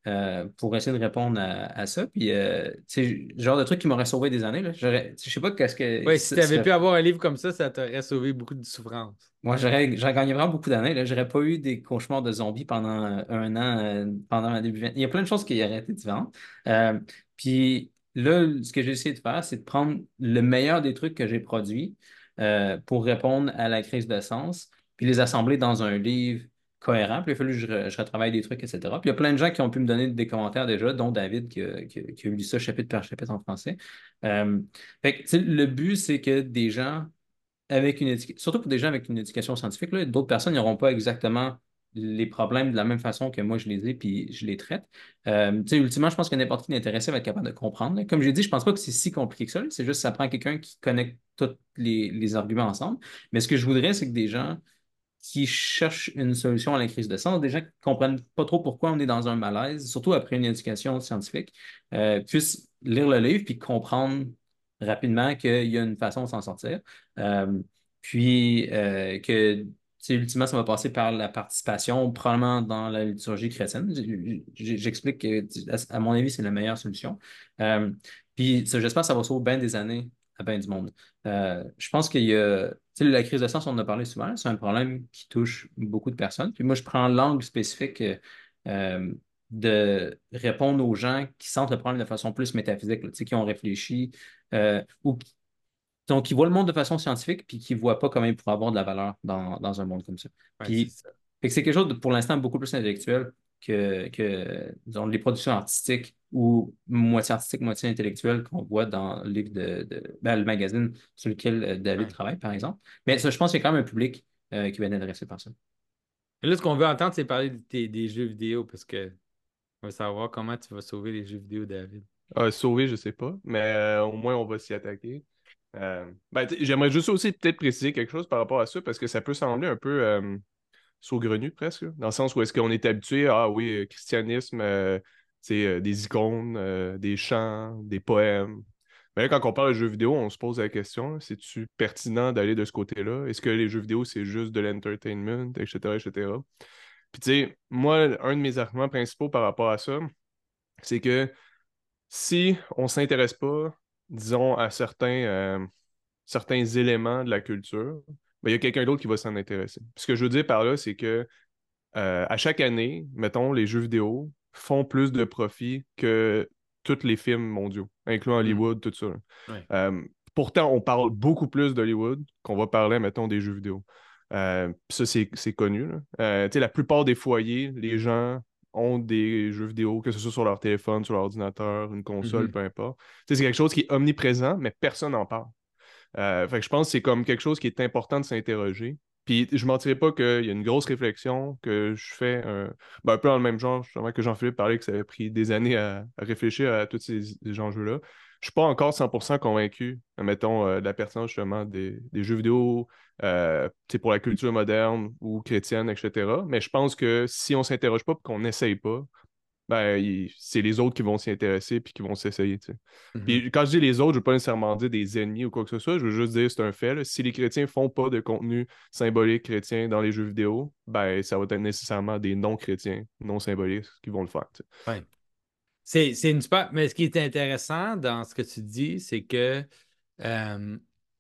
Speaker 1: euh, pour essayer de répondre à, à ça. Puis, euh, c'est le genre de truc qui m'aurait sauvé des années, là. J'aurais, je sais pas qu'est-ce que
Speaker 2: Ouais, si
Speaker 1: ce
Speaker 2: tu avais
Speaker 1: serait.
Speaker 2: pu avoir un livre comme ça, ça t'aurait sauvé beaucoup de souffrance.
Speaker 1: Moi, j'aurais, j'aurais gagné vraiment beaucoup d'années, là. J'aurais pas eu des cauchemars de zombies pendant euh, un an, euh, pendant ma début. Il y a plein de choses qui auraient été différentes. Euh, puis là, ce que j'ai essayé de faire, c'est de prendre le meilleur des trucs que j'ai produits euh, pour répondre à la crise de sens, puis les assembler dans un livre cohérent. Puis il a fallu que je, re- je retravaille des trucs, et cetera. Puis il y a plein de gens qui ont pu me donner des commentaires déjà, dont David qui a, qui a- qui a lu ça chapitre par chapitre en français. Euh, fait que, tu sais, le but, c'est que des gens avec une éducation, surtout pour des gens avec une éducation scientifique, là, d'autres personnes n'auront pas exactement les problèmes de la même façon que moi je les ai, puis je les traite. Euh, tu sais, ultimement, je pense que n'importe qui d'intéressé va être capable de comprendre, là. Comme j'ai dit, je pense pas que c'est si compliqué que ça, là. C'est juste que ça prend quelqu'un qui connecte tous les, les arguments ensemble. Mais ce que je voudrais, c'est que des gens qui cherchent une solution à la crise de sens, des gens qui ne comprennent pas trop pourquoi on est dans un malaise, surtout après une éducation scientifique, euh, puissent lire le livre puis comprendre rapidement qu'il y a une façon de s'en sortir. Euh, puis euh, que, tu sais, ultimement, ça va passer par la participation, probablement dans la liturgie chrétienne. J- j- J'explique que, à mon avis, c'est la meilleure solution. Euh, puis ça, j'espère que ça va sauver bien des années à bien du monde. Euh, je pense qu'il y a, tu sais, la crise de sens, on en a parlé souvent, c'est un problème qui touche beaucoup de personnes. Puis moi, je prends l'angle spécifique euh, euh, de répondre aux gens qui sentent le problème de façon plus métaphysique, là, tu sais, qui ont réfléchi euh, ou qui, donc, qui voient le monde de façon scientifique puis qui ne voient pas comment il pourrait avoir de la valeur dans, dans un monde comme ça.
Speaker 2: Ouais, c'est
Speaker 1: Puis,
Speaker 2: ça.
Speaker 1: fait que c'est quelque chose de, pour l'instant, beaucoup plus intellectuel que, que disons, les productions artistiques ou moitié artistiques, moitié intellectuelles qu'on voit dans le livre de, de- ben, le magazine sur lequel euh, David
Speaker 2: Ouais.
Speaker 1: travaille, par exemple. Mais ça, je pense qu'il y a quand même un public euh, qui va être intéressé par ça.
Speaker 2: Et là, ce qu'on veut entendre, c'est parler de tes- des jeux vidéo parce que on veut savoir comment tu vas sauver les jeux vidéo, David.
Speaker 3: Ah, sauver, je sais pas, mais euh, au moins on va s'y attaquer. Euh, ben, tu sais, j'aimerais juste aussi peut-être préciser quelque chose par rapport à ça, parce que ça peut sembler un peu euh, saugrenu presque, là, dans le sens où est-ce qu'on est habitué à, ah oui, euh, christianisme, euh, c'est euh, des icônes, euh, des chants, des poèmes. Mais là, quand on parle de jeux vidéo, on se pose la question, c'est-tu pertinent d'aller de ce côté-là? Est-ce que les jeux vidéo, c'est juste de l'entertainment, et cetera, et cetera. Puis tu sais, moi, un de mes arguments principaux par rapport à ça, c'est que si on s'intéresse pas, disons, à certains, euh, certains éléments de la culture, ben, il y a quelqu'un d'autre qui va s'en intéresser. Ce que je veux dire par là, c'est que euh, à chaque année, mettons, les jeux vidéo font plus de profit que tous les films mondiaux, incluant
Speaker 2: Hmm.
Speaker 3: Hollywood, tout ça, là.
Speaker 2: Ouais.
Speaker 3: Euh, Pourtant, on parle beaucoup plus d'Hollywood qu'on va parler, mettons, des jeux vidéo. Euh, ça, c'est c'est connu, là. Euh, tu sais, la plupart des foyers, les gens ont des jeux vidéo, que ce soit sur leur téléphone, sur leur ordinateur, une console,
Speaker 2: Mhm.
Speaker 3: peu importe. Tu sais, c'est quelque chose qui est omniprésent, mais personne n'en parle. Euh, fait que je pense que c'est comme quelque chose qui est important de s'interroger. Puis je ne mentirais pas qu'il y a une grosse réflexion que je fais un, ben, un peu dans le même genre, justement, que Jean-Philippe parlait, que ça avait pris des années à, à réfléchir à tous ces, ces enjeux-là. Je suis pas encore cent pour cent convaincu, mettons, euh, de la pertinence justement des, des jeux vidéo euh, tu sais, pour la culture moderne ou chrétienne, et cetera. Mais je pense que si on s'interroge pas et qu'on n'essaye pas, ben, il- c'est les autres qui vont s'y intéresser puis qui vont s'essayer, tu sais.
Speaker 2: Mhm.
Speaker 3: Puis quand je dis les autres, je veux pas nécessairement dire des ennemis ou quoi que ce soit, je veux juste dire que c'est un fait, là. Si les chrétiens font pas de contenu symbolique chrétien dans les jeux vidéo, ben ça va être nécessairement des non-chrétiens, non symboliques qui vont le faire, tu sais.
Speaker 2: Ouais. C'est, c'est une super. Mais ce qui est intéressant dans ce que tu dis, c'est que euh,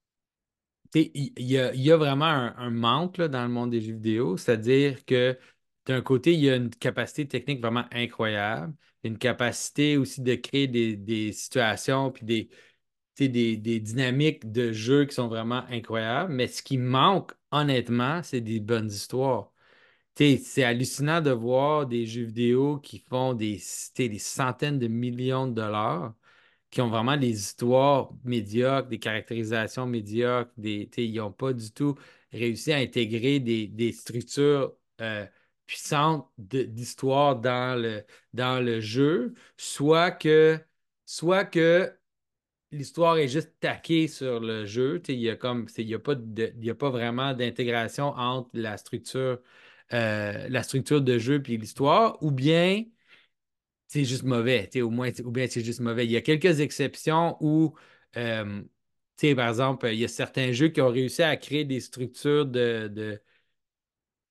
Speaker 2: tu sais, il il y, a, il y a vraiment un, un manque là, dans le monde des jeux vidéo, c'est-à-dire que d'un côté, il y a une capacité technique vraiment incroyable, une capacité aussi de créer des, des situations puis des, tu sais, des, des dynamiques de jeu qui sont vraiment incroyables, mais ce qui manque, honnêtement, c'est des bonnes histoires. Tu sais, c'est hallucinant de voir des jeux vidéo qui font des, tu sais, des centaines de millions de dollars qui ont vraiment des histoires médiocres, des caractérisations médiocres, des, tu sais, ils n'ont pas du tout réussi à intégrer des, des structures euh, puissantes de- d'histoire dans le, dans le jeu, soit que, soit que l'histoire est juste taquée sur le jeu, tu sais, il y a comme, c'est- il y a pas de- il y a pas vraiment d'intégration entre la structure, euh, la structure de jeu puis l'histoire, ou bien c'est juste mauvais, tu sais, au moins, ou bien c'est juste mauvais. Il y a quelques exceptions où, euh, tu sais, par exemple, il y a certains jeux qui ont réussi à créer des structures de, de-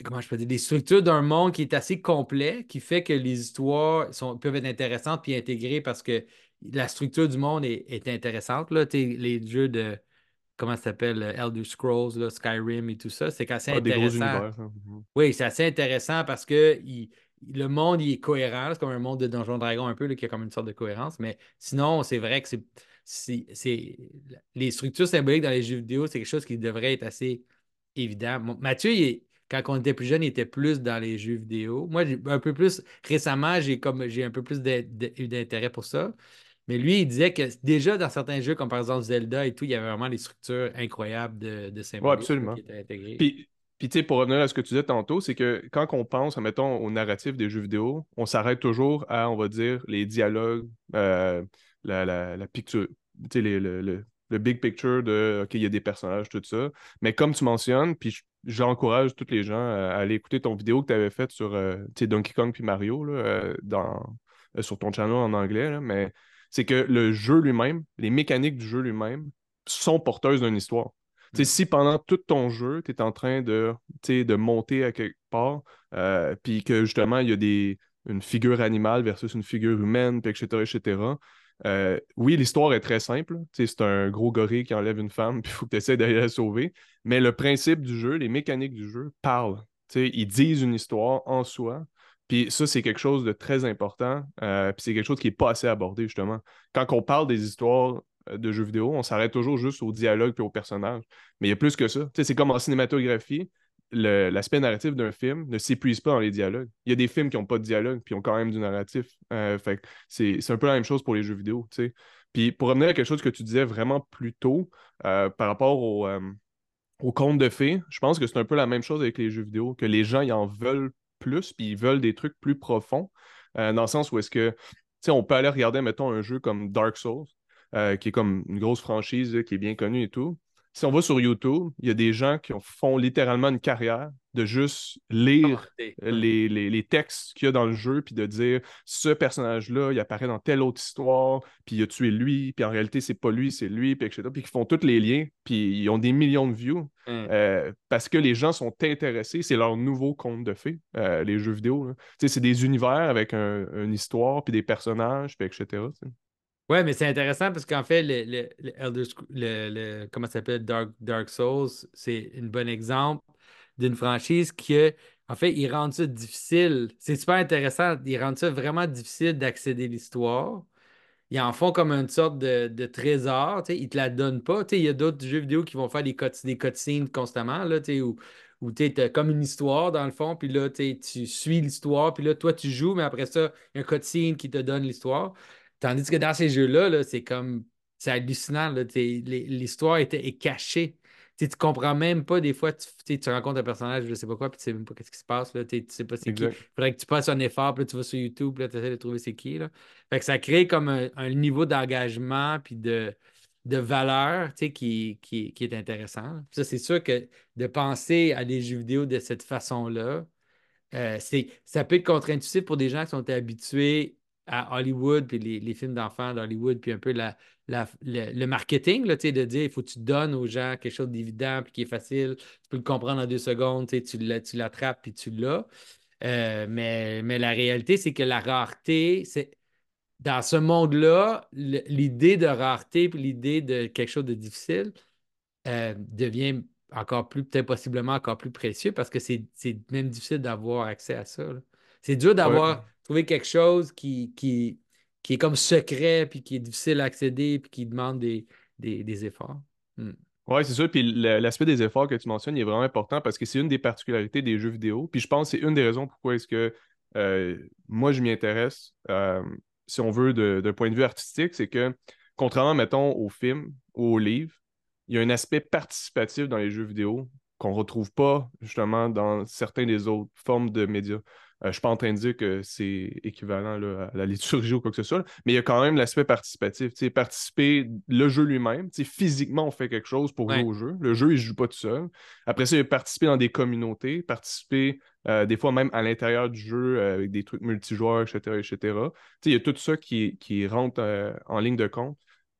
Speaker 2: comment je peux dire, des structures d'un monde qui est assez complet, qui fait que les histoires sont, peuvent être intéressantes puis intégrées parce que la structure du monde est, est intéressante. Là. Tu sais, les jeux de, comment ça s'appelle, euh, Elder Scrolls, là, Skyrim et tout ça, c'est assez
Speaker 3: Ouais, des gros
Speaker 2: intéressant.
Speaker 3: univers. Hein. Mhm.
Speaker 2: Oui, c'est assez intéressant parce que il- le monde il est cohérent. C'est comme un monde de Donjons Dragons un peu, là, qui a comme une sorte de cohérence. Mais sinon, c'est vrai que c'est, c'est, c'est- les structures symboliques dans les jeux vidéo, c'est quelque chose qui devrait être assez évident. Mon- Mathieu, il est- quand on était plus jeune, il était plus dans les jeux vidéo. Moi, j'ai un peu plus récemment, j'ai comme j'ai un peu plus d'in- d'intérêt pour ça. Mais lui, il disait que déjà dans certains jeux, comme par exemple Zelda et tout, il y avait vraiment des structures incroyables de, de
Speaker 3: Ouais,
Speaker 2: symboliques là, qui
Speaker 3: absolument.
Speaker 2: étaient intégrées.
Speaker 3: Puis, puis tu sais, pour revenir à ce que tu disais tantôt, c'est que quand on pense, mettons, au narratif des jeux vidéo, on s'arrête toujours à, on va dire, les dialogues, euh, la, la, la picture, tu sais, les- le, le, le big picture de, OK, il y a des personnages, tout ça. Mais comme tu mentionnes, puis j- j'encourage tous les gens à, à aller écouter ton vidéo que tu avais faite sur, euh, tu sais, Donkey Kong puis Mario, là, euh, dans, euh, sur ton channel en anglais, là, mais c'est que le jeu lui-même, les mécaniques du jeu lui-même sont porteuses d'une histoire. Tu sais,
Speaker 2: Mm.
Speaker 3: si pendant tout ton jeu, tu es en train de, tu sais, de monter à quelque part, euh, puis que justement, il y a des, une figure animale versus une figure humaine, puis et cetera, et cetera. Euh, oui, l'histoire est très simple. Tu sais, c'est un gros gorille qui enlève une femme, puis il faut que tu essaies d'aller la sauver. Mais le principe du jeu, les mécaniques du jeu parlent. Tu sais, ils disent une histoire en soi. Puis ça, c'est quelque chose de très important. Euh, puis c'est quelque chose qui n'est pas assez abordé, justement. Quand on parle des histoires euh, de jeux vidéo, on s'arrête toujours juste au dialogue puis aux personnages. Mais il y a plus que ça. Tu sais, c'est comme en cinématographie, le- l'aspect narratif d'un film ne s'épuise pas dans les dialogues. Il y a des films qui n'ont pas de dialogue puis ont quand même du narratif. Euh, fait que c'est c'est un peu la même chose pour les jeux vidéo, tu sais. Puis pour revenir à quelque chose que tu disais vraiment plus tôt, euh, par rapport au, euh, au conte de fées, je pense que c'est un peu la même chose avec les jeux vidéo, que les gens ils en veulent plus, puis ils veulent des trucs plus profonds, euh, dans le sens où est-ce que, tu sais, on peut aller regarder, mettons, un jeu comme Dark Souls, euh, qui est comme une grosse franchise, là, qui est bien connue et tout. Si on va sur YouTube, il y a des gens qui ont- font littéralement une carrière de juste lire
Speaker 2: Commenter. Ouais.
Speaker 3: les, les, les textes qu'il y a dans le jeu, puis de dire ce personnage-là, il apparaît dans telle autre histoire, puis il a tué lui, puis en réalité, c'est pas lui, c'est lui, puis et cetera. Puis qui font tous les liens, puis ils ont des millions de views.
Speaker 2: Hum.
Speaker 3: Euh, parce que les gens sont intéressés, c'est leur nouveau conte de fées, euh, les jeux vidéo. Là. Tu sais, c'est des univers avec un- une histoire, puis des personnages, puis et cetera. Tu sais.
Speaker 2: Ouais, mais c'est intéressant parce qu'en fait, le, le, le Elder Scr- le, le- comment ça s'appelle, Dark, Dark Souls, c'est un bon exemple d'une franchise qui, euh, en fait, ils rendent ça difficile. C'est super intéressant. Ils rendent ça vraiment difficile d'accéder à l'histoire. Ils en font comme une sorte de, de trésor, tu sais, ils te la donnent pas. Tu sais, il y a d'autres jeux vidéo qui vont faire des, cuts- des cutscenes constamment, là, tu sais, où, où tu as comme une histoire dans le fond, puis là, tu sais, tu suis l'histoire, puis là, toi, tu joues, mais après ça, il y a un cutscene qui te donne l'histoire. Tandis que dans ces jeux-là, là, c'est comme, c'est hallucinant, là, tu sais, l'hi- l'histoire est, est cachée. Tu sais, tu comprends même pas, des fois, tu, tu sais, tu rencontres un personnage, je sais pas quoi, puis tu sais même pas qu'est-ce qui se passe, là, tu sais, tu sais pas c'est qui. Il
Speaker 3: Exact.
Speaker 2: faudrait que tu passes un effort, puis là, tu vas sur YouTube, puis là, tu essaies de trouver c'est qui, là. Fait que ça crée comme un, un niveau d'engagement puis de, de valeur, tu sais, qui, qui, qui est intéressant. Puis ça, c'est sûr que de penser à des jeux vidéo de cette façon-là, euh, c'est, ça peut être contre-intuitif pour des gens qui sont habitués à Hollywood, puis les, les films d'enfants d'Hollywood, puis un peu la, la- le, le marketing, là, tu sais, de dire il faut que tu donnes aux gens quelque chose d'évident, puis qui est facile, tu peux le comprendre en deux secondes, tu sais, tu l'a- tu l'attrapes, puis tu l'as. Euh, mais, mais la réalité, c'est que la rareté, c'est dans ce monde-là, le- l'idée de rareté puis l'idée de quelque chose de difficile euh, devient encore plus, peut-être possiblement encore plus précieux parce que c'est c'est même difficile d'avoir accès à ça, là. C'est dur
Speaker 3: Ouais.
Speaker 2: d'avoir trouvé quelque chose qui, qui, qui est comme secret puis qui est difficile à accéder puis qui demande des, des, des efforts. Hmm.
Speaker 3: Ouais, c'est sûr. Puis le- l'aspect des efforts que tu mentionnes, il est vraiment important parce que c'est une des particularités des jeux vidéo. Puis je pense que c'est une des raisons pourquoi est-ce que euh, moi je m'y intéresse, euh, si on veut, de- d'un point de vue artistique, c'est que contrairement, mettons, aux films ou aux livres, il y a un aspect participatif dans les jeux vidéo qu'on retrouve pas justement dans certains des autres formes de médias. Euh, je suis pas en train de dire que c'est équivalent là, à la liturgie ou quoi que ce soit, là, mais il y a quand même l'aspect participatif. Tu sais, participer, le jeu lui-même, tu sais, physiquement, on fait quelque chose pour jouer
Speaker 2: Ouais.
Speaker 3: au jeu. Le jeu, il ne joue pas tout seul. Après ça, il y a participer dans des communautés, participer euh, des fois même à l'intérieur du jeu euh, avec des trucs multijoueurs, et cetera, et cetera. Tu sais, il y a tout ça qui, qui rentre euh, en ligne de compte.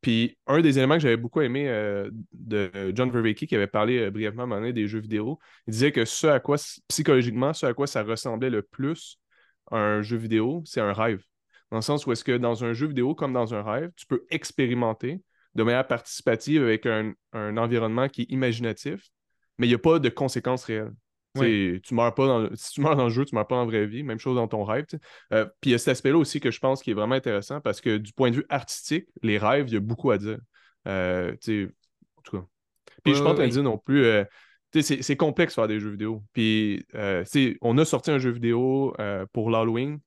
Speaker 3: Puis un des éléments que j'avais beaucoup aimé euh, de John Vervaeke, qui avait parlé euh, brièvement à un moment donné des jeux vidéo, il disait que ce à quoi, psychologiquement, ce à quoi ça ressemblait le plus à un jeu vidéo, c'est un rêve. Dans le sens où est-ce que dans un jeu vidéo comme dans un rêve, tu peux expérimenter de manière participative avec un, un environnement qui est imaginatif, mais il n'y a pas de conséquences réelles.
Speaker 2: Oui.
Speaker 3: Tu sais, tu meurs pas dans, si tu meurs dans le jeu, tu meurs pas en vraie vie. Même chose dans ton rêve. Tu sais. Euh, puis il y a cet aspect-là aussi que je pense qui est vraiment intéressant parce que du point de vue artistique, les rêves, il y a beaucoup à dire. Euh, tu sais, en tout cas. Puis
Speaker 2: Oui,
Speaker 3: je suis pas
Speaker 2: oui,
Speaker 3: en train de dire
Speaker 2: oui.
Speaker 3: non plus. Euh, tu sais, c'est c'est complexe de faire des jeux vidéo. Puis euh, tu sais, on a sorti un jeu vidéo euh, pour l'Halloween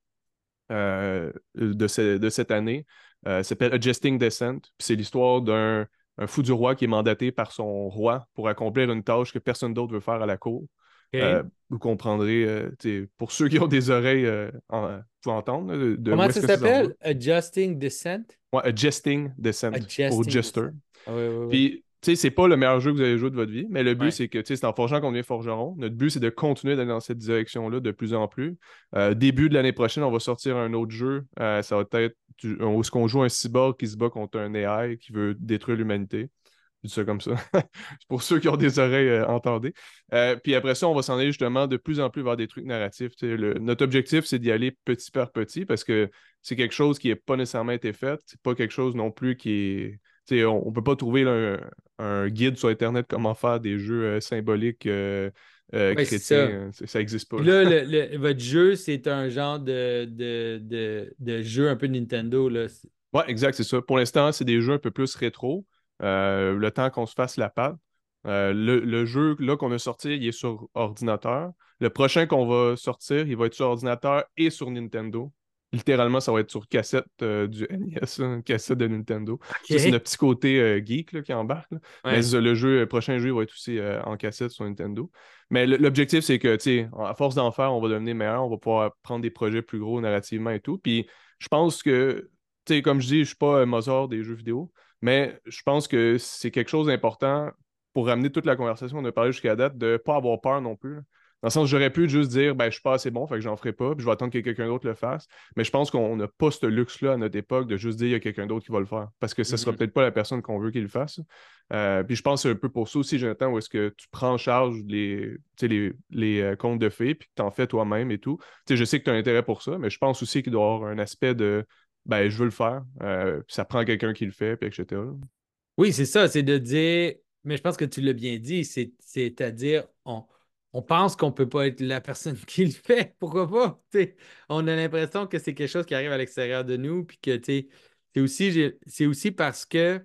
Speaker 3: euh, de, ce- de cette année. Euh, ça s'appelle Adjusting Descent. Puis c'est l'histoire d'un un fou du roi qui est mandaté par son roi pour accomplir une tâche que personne d'autre veut faire à la cour.
Speaker 2: OK.
Speaker 3: Euh, vous comprendrez, euh, tu sais, pour ceux qui ont des oreilles euh, en- pour entendre, là, de, de où
Speaker 2: Comment
Speaker 3: est-ce
Speaker 2: ça
Speaker 3: que ça s'en va.
Speaker 2: s'appelle? Adjusting Descent?
Speaker 3: Ouais, Adjusting Descent pour
Speaker 2: Adjusting
Speaker 3: Jester.
Speaker 2: Descent. Ah, oui, oui, oui.
Speaker 3: Puis, tu sais, c'est pas le meilleur jeu que vous avez joué de votre vie, mais le but,
Speaker 2: Ouais.
Speaker 3: c'est que, tu sais, c'est en forgeant qu'on devient forgeron. Notre but, c'est de continuer d'aller dans cette direction-là de plus en plus. Euh, début de l'année prochaine, on va sortir un autre jeu. Euh, ça va être du- où est-ce qu'on joue un cyborg qui se bat contre un A I qui veut détruire l'humanité. Je dis ça comme ça. C'est pour ceux qui ont des oreilles, euh, entendez. Euh, puis après ça, on va s'en aller justement de plus en plus vers des trucs narratifs. Tu sais, le- notre objectif, c'est d'y aller petit par petit parce que c'est quelque chose qui n'a pas nécessairement été fait. C'est pas quelque chose non plus qui est. Tu sais, on ne peut pas trouver là, un, un guide sur Internet comment faire des jeux euh, symboliques euh, euh,
Speaker 2: Oui, c'est ça.
Speaker 3: chrétiens. Euh, Ça n'existe pas.
Speaker 2: Puis là, le, le- votre jeu, c'est un genre de, de, de, de jeu un peu Nintendo, là.
Speaker 3: Ouais, exact, c'est ça. Pour l'instant, c'est des jeux un peu plus rétro. Euh, le temps qu'on se fasse la patte. Euh, le, le jeu là qu'on a sorti, il est sur ordinateur. Le prochain qu'on va sortir, il va être sur ordinateur et sur Nintendo. Littéralement, ça va être sur cassette euh, du N E S, là, une cassette de Nintendo. Ça, c'est
Speaker 2: OK.
Speaker 3: notre petit côté euh, geek là, qui embarque. Là. Mais
Speaker 2: Ouais.
Speaker 3: c'est ça, le jeu, le prochain jeu il va être aussi euh, en cassette sur Nintendo. Mais le- l'objectif, c'est que, tu sais, à force d'en faire, on va devenir meilleur, on va pouvoir prendre des projets plus gros narrativement et tout. Puis je pense que tu sais, comme je dis, je suis pas un Mozart des jeux vidéo, mais je pense que c'est quelque chose d'important pour ramener toute la conversation qu'on a parlé jusqu'à date, de pas avoir peur non plus. Là. Dans le sens, j'aurais pu juste dire, ben, je suis pas assez bon, fait que j'en ferai pas, puis je vais attendre que quelqu'un d'autre le fasse. Mais je pense qu'on n'a pas ce luxe-là à notre époque de juste dire, il y a quelqu'un d'autre qui va le faire. Parce que ça sera
Speaker 2: Mhm.
Speaker 3: peut-être pas la personne qu'on veut qu'il le fasse. Euh, puis je pense que c'est un peu pour ça aussi, Jonathan, où est-ce que tu prends en charge les, tu sais, les, les euh, contes de fées, puis que tu en fais toi-même et tout. Tu sais, je sais que tu as un intérêt pour ça, mais je pense aussi qu'il doit y avoir un aspect de ben, je veux le faire. Euh, puis ça prend quelqu'un qui le fait, puis et cetera.
Speaker 2: Oui, c'est ça, c'est de dire, mais je pense que tu l'as bien dit, c'est, c'est-à-dire, on, on pense qu'on ne peut pas être la personne qui le fait, pourquoi pas? Tu sais, on a l'impression que c'est quelque chose qui arrive à l'extérieur de nous, puis que, tu sais, c'est aussi, j'ai- c'est aussi parce que,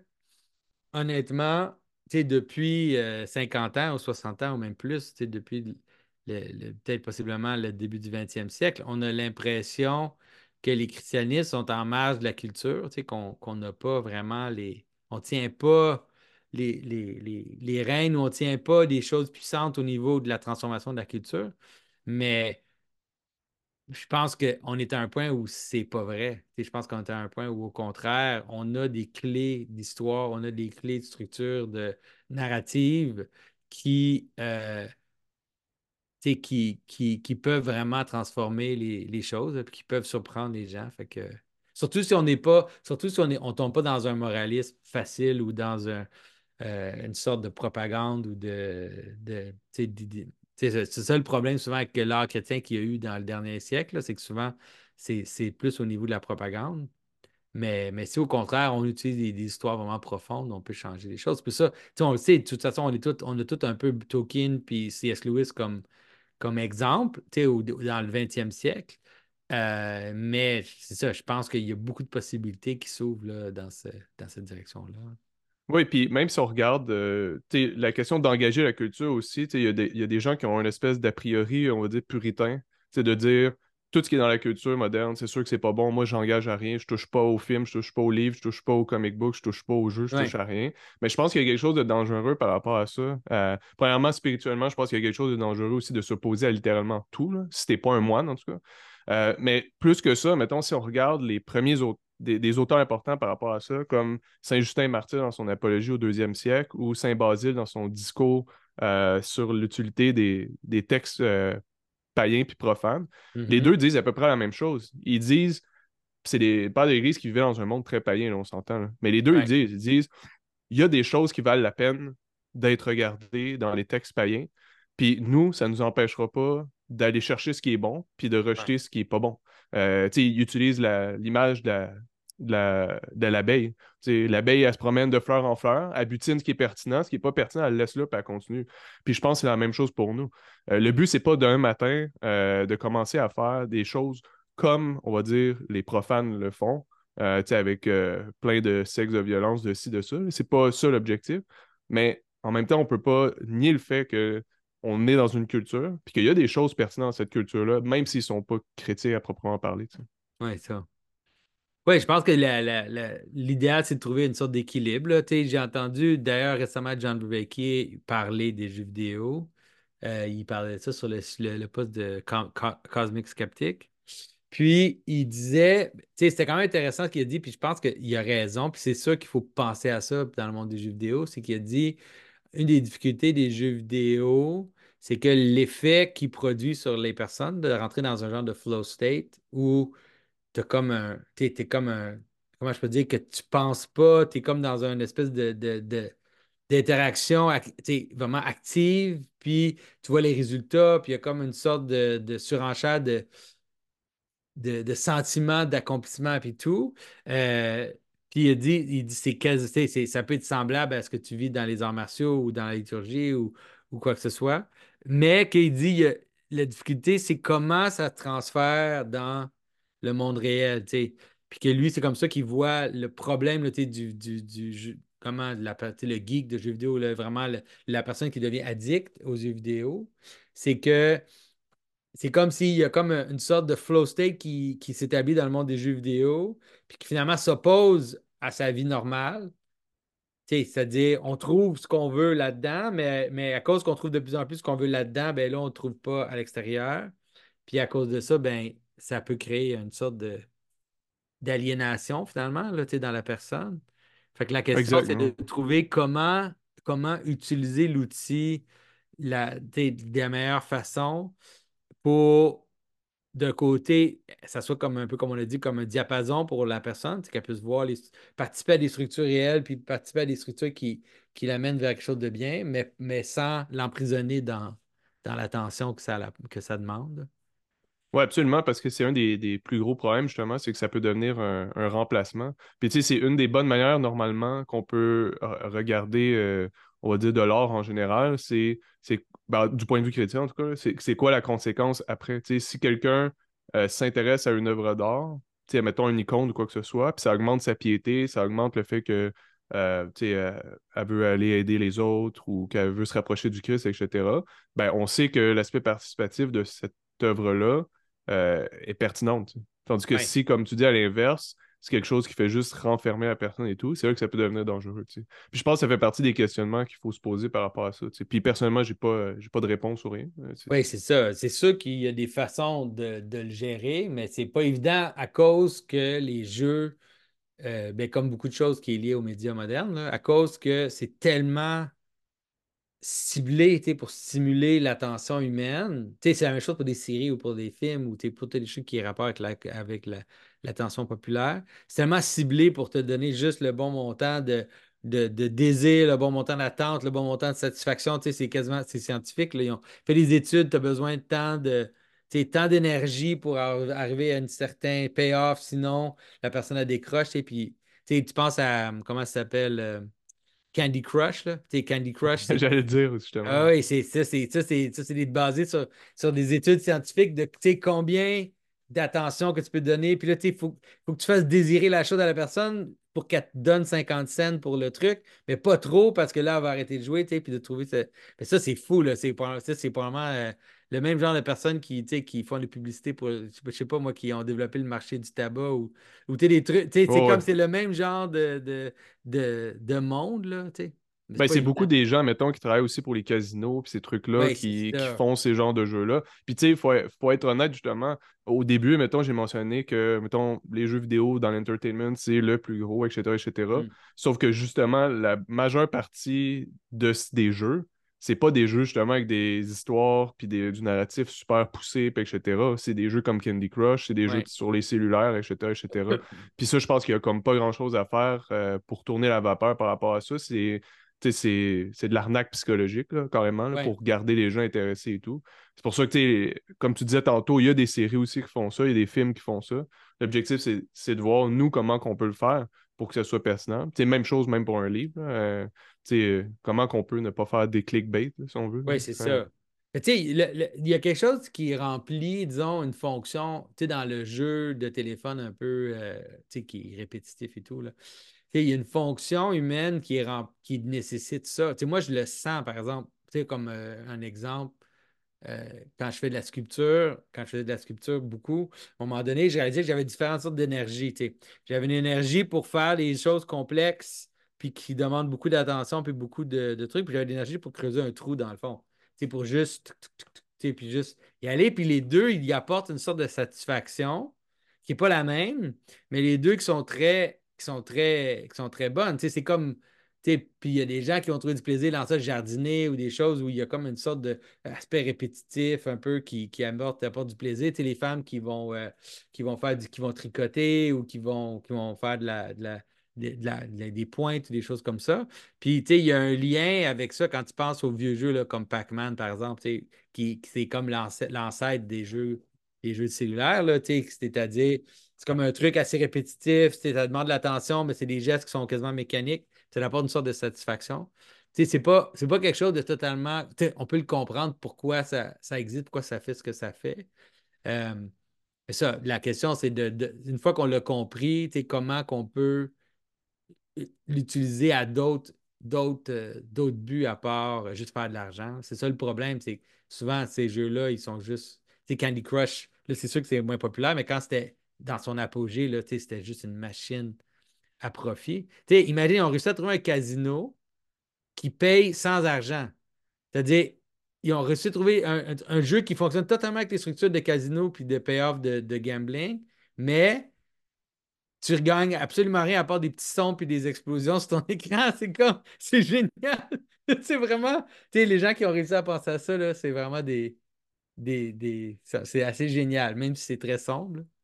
Speaker 2: honnêtement, tu sais, depuis euh, cinquante ans ou soixante ans ou même plus, tu sais, depuis le- le- peut-être possiblement le début du vingtième siècle, on a l'impression que les christianistes sont en marge de la culture, tu sais, qu'on qu'on n'a pas vraiment les... On ne tient pas les, les, les, les rênes ou on ne tient pas des choses puissantes au niveau de la transformation de la culture. Mais je pense qu'on est à un point où c'est pas vrai. Tu sais, je pense qu'on est à un point où, au contraire, on a des clés d'histoire, on a des clés de structure, de narrative qui, euh, tu sais, qui, qui, qui peuvent vraiment transformer les, les choses, puis qui peuvent surprendre les gens. Fait que, surtout si on n'est pas, surtout si on est, on tombe pas dans un moralisme facile ou dans un, euh, une sorte de propagande ou de, de tu sais, d'idée- tu sais, c'est c'est ça le problème souvent avec l'art chrétien qu'il y a eu dans le dernier siècle, là, c'est que souvent, c'est c'est plus au niveau de la propagande. Mais, mais si au contraire, on utilise des, des histoires vraiment profondes, on peut changer les choses. Puis ça, tu sais, on le sait, de toute façon, on est tout, on a tout un peu Tolkien puis C S. Lewis comme, comme exemple, tu sais, au- dans le vingtième siècle. Euh, mais c'est ça, je pense qu'il y a beaucoup de possibilités qui s'ouvrent là, dans ce- dans cette direction-là.
Speaker 3: Oui, puis même si on regarde euh, tu sais, la question d'engager la culture aussi, tu sais, il y a des, il y a des gens qui ont une espèce d'a priori, on va dire, puritain, c'est de dire tout ce qui est dans la culture moderne, c'est sûr que c'est pas bon, moi j'engage à rien, je touche pas aux films, je touche pas aux livres, je touche pas aux comic books, je touche pas aux jeux, je touche
Speaker 2: Ouais.
Speaker 3: à rien. Mais je pense qu'il y a quelque chose de dangereux par rapport à ça. Euh, premièrement, spirituellement, je pense qu'il y a quelque chose de dangereux aussi de s'opposer à littéralement tout, là, si t'es pas un moine en tout cas. Euh, mais plus que ça, mettons, si on regarde les premiers auteurs, des, des auteurs importants par rapport à ça, comme Saint Justin Martyr dans son Apologie au deuxième siècle ou Saint Basile dans son discours euh, sur l'utilité des, des textes euh, païens puis profanes. Les
Speaker 2: Mhm.
Speaker 3: deux disent à peu près la même chose. Ils disent c'est des pères d'église qui vivaient dans un monde très païen, là, on s'entend. Là. Mais les deux, ils
Speaker 2: Ouais.
Speaker 3: disent, ils disent, il y a des choses qui valent la peine d'être regardées dans les textes païens. Puis nous, ça ne nous empêchera pas d'aller chercher ce qui est bon, puis de
Speaker 2: Ouais.
Speaker 3: rejeter ce qui est pas bon. Euh, tu sais, ils utilisent la- l'image de la, de la- de l'abeille. Tu sais, l'abeille, elle se promène de fleur en fleur, elle butine ce qui est pertinent, ce qui n'est pas pertinent, elle le laisse là, puis elle continue. Puis je pense que c'est la même chose pour nous. Euh, le but, c'est pas d'un matin euh, de commencer à faire des choses comme, on va dire, les profanes le font, euh, tu sais, avec euh, plein de sexe, de violence, de ci, de ça. C'est pas ça l'objectif. Mais en même temps, on peut pas nier le fait que on est dans une culture, puis qu'il y a des choses pertinentes dans cette culture-là, même s'ils sont pas chrétiens à proprement parler. Tu sais.
Speaker 2: Ouais, ça. Oui, je pense que la- la- la- l'idéal, c'est de trouver une sorte d'équilibre, là. Tu sais, j'ai entendu d'ailleurs récemment John Vervaeke parler des jeux vidéo. Euh, il parlait de ça sur le, le- le poste de Co- Co- Cosmic Skeptic. Puis il disait, tu sais, c'était quand même intéressant ce qu'il a dit, puis je pense qu'il a raison, puis c'est sûr qu'il faut penser à ça dans le monde des jeux vidéo, c'est qu'il a dit, une des difficultés des jeux vidéo, c'est que l'effet qu'il produit sur les personnes, de rentrer dans un genre de flow state où t'as comme un, t'es, t'es comme un, comment je peux dire, que tu penses pas, t'es comme dans une espèce de, de, de- d'interaction ac- t'sais, vraiment active, puis tu vois les résultats, puis il y a comme une sorte de, de surenchère de, de, de sentiment d'accomplissement puis tout. Euh, puis il dit, il dit c'est quasi- t'sais, c'est- ça peut être semblable à ce que tu vis dans les arts martiaux ou dans la liturgie ou, ou quoi que ce soit. Mais qu'il dit il y a- la difficulté, c'est comment ça se transfère dans le monde réel. T'sais. Puis que lui, c'est comme ça qu'il voit le problème là, t'sais, du, du, du jeu- comment la, t'sais, le geek de jeux vidéo, là, vraiment le- la personne qui devient addict aux jeux vidéo. C'est que c'est comme s'il y a comme une sorte de flow state qui, qui s'établit dans le monde des jeux vidéo, puis qui finalement s'oppose à sa vie normale. Tu sais, c'est-à-dire, on trouve ce qu'on veut là-dedans, mais, mais à cause qu'on trouve de plus en plus ce qu'on veut là-dedans, ben là, on ne trouve pas à l'extérieur. Puis à cause de ça, ben, ça peut créer une sorte de, d'aliénation finalement là, tu sais, dans la personne. Fait que la question, c'est de
Speaker 3: Exactement.
Speaker 2: trouver comment, comment utiliser l'outil la, tu sais, de la meilleure façon pour d'un côté, ça soit comme un peu comme on l'a dit, comme un diapason pour la personne, c'est qu'elle puisse voir les, participer à des structures réelles, puis participer à des structures qui, qui l'amènent vers quelque chose de bien, mais, mais sans l'emprisonner dans, dans l'attention que ça, la- que ça demande.
Speaker 3: Oui, absolument, parce que c'est un des, des plus gros problèmes, justement, c'est que ça peut devenir un, un remplacement. Puis, tu sais, c'est une des bonnes manières, normalement, qu'on peut euh, regarder, euh, on va dire, de l'art en général, c'est, c'est ben, du point de vue chrétien, en tout cas, c'est c'est quoi la conséquence après? Tu sais, si quelqu'un euh, s'intéresse à une œuvre d'art, tu sais, mettons une icône ou quoi que ce soit, puis ça augmente sa piété, ça augmente le fait que, euh, tu sais, euh, elle veut aller aider les autres ou qu'elle veut se rapprocher du Christ, et cetera, ben, on sait que l'aspect participatif de cette œuvre-là, euh, est pertinente. Tandis que
Speaker 2: Oui.
Speaker 3: si, comme tu dis, à l'inverse, c'est quelque chose qui fait juste renfermer la personne et tout, c'est là que ça peut devenir dangereux. Tu sais. Puis je pense que ça fait partie des questionnements qu'il faut se poser par rapport à ça. Tu sais. Puis personnellement, j'ai pas, euh, j'ai pas de réponse ou rien. Euh, c'est-
Speaker 2: Oui, c'est ça. C'est sûr qu'il y a des façons de, de le gérer, mais c'est pas évident à cause que les jeux, euh, ben, comme beaucoup de choses qui est liées aux médias modernes, là, à cause que c'est tellement ciblé, tu sais, pour stimuler l'attention humaine. Tu sais, c'est la même chose pour des séries ou pour des films ou tu sais, pour des choses qui ont rapport avec la- avec la- l'attention populaire. C'est tellement ciblé pour te donner juste le bon montant de, de, de désir, le bon montant d'attente, le bon montant de satisfaction. Tu sais, c'est quasiment, c'est scientifique, là. Ils ont fait des études, tu as besoin de tant de, tu sais, tant d'énergie pour ar- arriver à un certain payoff, sinon la personne a décroche. Et puis, tu sais, tu penses à, comment ça s'appelle? euh, Candy Crush, là. Tu sais, Candy Crush, c'est
Speaker 3: J'allais le dire,
Speaker 2: ah
Speaker 3: justement.
Speaker 2: oui, c'est ça, c'est ça, c'est ça, c'est des- basé sur, sur des études scientifiques de tu sais, combien d'attention que tu peux donner. Puis là, tu sais, il faut, faut que tu fasses désirer la chose à la personne pour qu'elle te donne cinquante cents pour le truc, mais pas trop parce que là, elle va arrêter de jouer, tu sais, puis de trouver ça. Mais ça, c'est fou, là. C'est pas- ça, c'est probablement euh, le même genre de personnes qui, tu sais, qui font des publicités pour, je sais pas, je sais pas, moi, qui ont développé le marché du tabac ou, ou tu sais, des trucs. Tu sais, c'est
Speaker 3: Oh,
Speaker 2: comme
Speaker 3: ouais.
Speaker 2: c'est le même genre de, de, de, de monde, là, tu sais. Mais c'est
Speaker 3: Ben,
Speaker 2: pas
Speaker 3: c'est beaucoup
Speaker 2: évident.
Speaker 3: des gens, mettons, qui travaillent aussi pour les casinos, puis ces trucs-là,
Speaker 2: Oui, c'est
Speaker 3: qui, qui
Speaker 2: ça.
Speaker 3: font ces genres de jeux-là. Puis, tu sais, il faut, faut être honnête, justement. Au début, mettons, j'ai mentionné que, mettons, les jeux vidéo dans l'entertainment, c'est le plus gros, et cetera, et cetera.
Speaker 2: Hmm.
Speaker 3: Sauf que, justement, la majeure partie de, des jeux, c'est pas des jeux justement avec des histoires puis des, du narratif super poussé, puis et cetera. C'est des jeux comme Candy Crush, c'est des jeux
Speaker 2: Ouais.
Speaker 3: sur les cellulaires, et cetera, et cetera. Puis ça, je pense qu'il y a comme pas grand-chose à faire euh, pour tourner la vapeur par rapport à ça. C'est, tu sais, c'est, c'est de l'arnaque psychologique, là, carrément, là,
Speaker 2: Ouais.
Speaker 3: pour garder les gens intéressés et tout. C'est pour ça que, tu sais, comme tu disais tantôt, il y a des séries aussi qui font ça, il y a des films qui font ça. L'objectif, c'est, c'est de voir, nous, comment qu'on peut le faire pour que ça soit pertinent. Tu sais, même chose, même pour un livre. Là, euh, tu sais, euh, comment qu'on peut ne pas faire des clickbait, là, si on veut.
Speaker 2: Oui,
Speaker 3: Là.
Speaker 2: c'est
Speaker 3: Euh,
Speaker 2: ça. Mais tu sais, le- le- il y a quelque chose qui remplit, disons, une fonction, tu sais, dans le jeu de téléphone un peu, euh, tu sais, qui est répétitif et tout, là. Tu sais, il y a une fonction humaine qui est rem- qui nécessite ça. Tu sais, moi, je le sens, par exemple, tu sais, comme euh, un exemple, euh, quand je fais de la sculpture, quand je faisais de la sculpture beaucoup, à un moment donné, j'ai réalisé que j'avais différentes sortes d'énergie, tu sais. J'avais une énergie pour faire les choses complexes, puis qui demandent beaucoup d'attention, puis beaucoup de, de trucs, puis j'avais de l'énergie pour creuser un trou dans le fond. Tu sais, pour juste, tuc, tuc, tuc, tuc, tu sais, puis juste y aller, puis les deux, ils y apportent une sorte de satisfaction qui n'est pas la même, mais les deux qui sont très, qui sont très, qui sont très bonnes. Tu sais, c'est comme, tu sais, puis il y a des gens qui ont trouvé du plaisir dans ça, jardiner ou des choses où il y a comme une sorte d'aspect répétitif un peu qui, qui apporte, apporte du plaisir. Tu sais, les femmes qui vont, euh, qui vont faire du, qui vont tricoter ou qui vont, qui vont faire de la, de la, de- de la- de la- des pointes ou des choses comme ça. Puis, tu sais, il y a un lien avec ça quand tu penses aux vieux jeux là, comme Pac-Man, par exemple, tu sais, qui, qui c'est comme l'ancêtre l'ancêtre des jeux, des jeux de cellulaire, là, tu sais, c'est-à-dire, c'est comme un truc assez répétitif, tu sais, ça demande de l'attention, mais c'est des gestes qui sont quasiment mécaniques. Ça apporte une sorte de satisfaction. Tu sais, c'est pas, c'est pas quelque chose de totalement. Tu sais, on peut le comprendre pourquoi ça, ça existe, pourquoi ça fait ce que ça fait. Euh, mais ça, la question, c'est de, de- une fois qu'on l'a compris, tu sais, comment qu'on peut l'utiliser à d'autres, d'autres, euh, d'autres buts à part euh, juste faire de l'argent. C'est ça le problème, c'est que souvent ces jeux-là, ils sont juste. Tu sais, Candy Crush, là, c'est sûr que c'est moins populaire, mais quand c'était dans son apogée, là, tu sais, c'était juste une machine à profit. Tu sais, imagine, on réussit à trouver un casino qui paye sans argent. C'est-à-dire, ils ont réussi à trouver un, un- un jeu qui fonctionne totalement avec les structures de casino puis de payoff de, de gambling, mais tu regagnes absolument rien à part des petits sons puis des explosions sur ton écran. C'est comme, c'est génial. C'est vraiment, tu sais, les gens qui ont réussi à penser à ça, là, c'est vraiment des, des, des, ça- c'est assez génial, même si c'est très sombre. Là.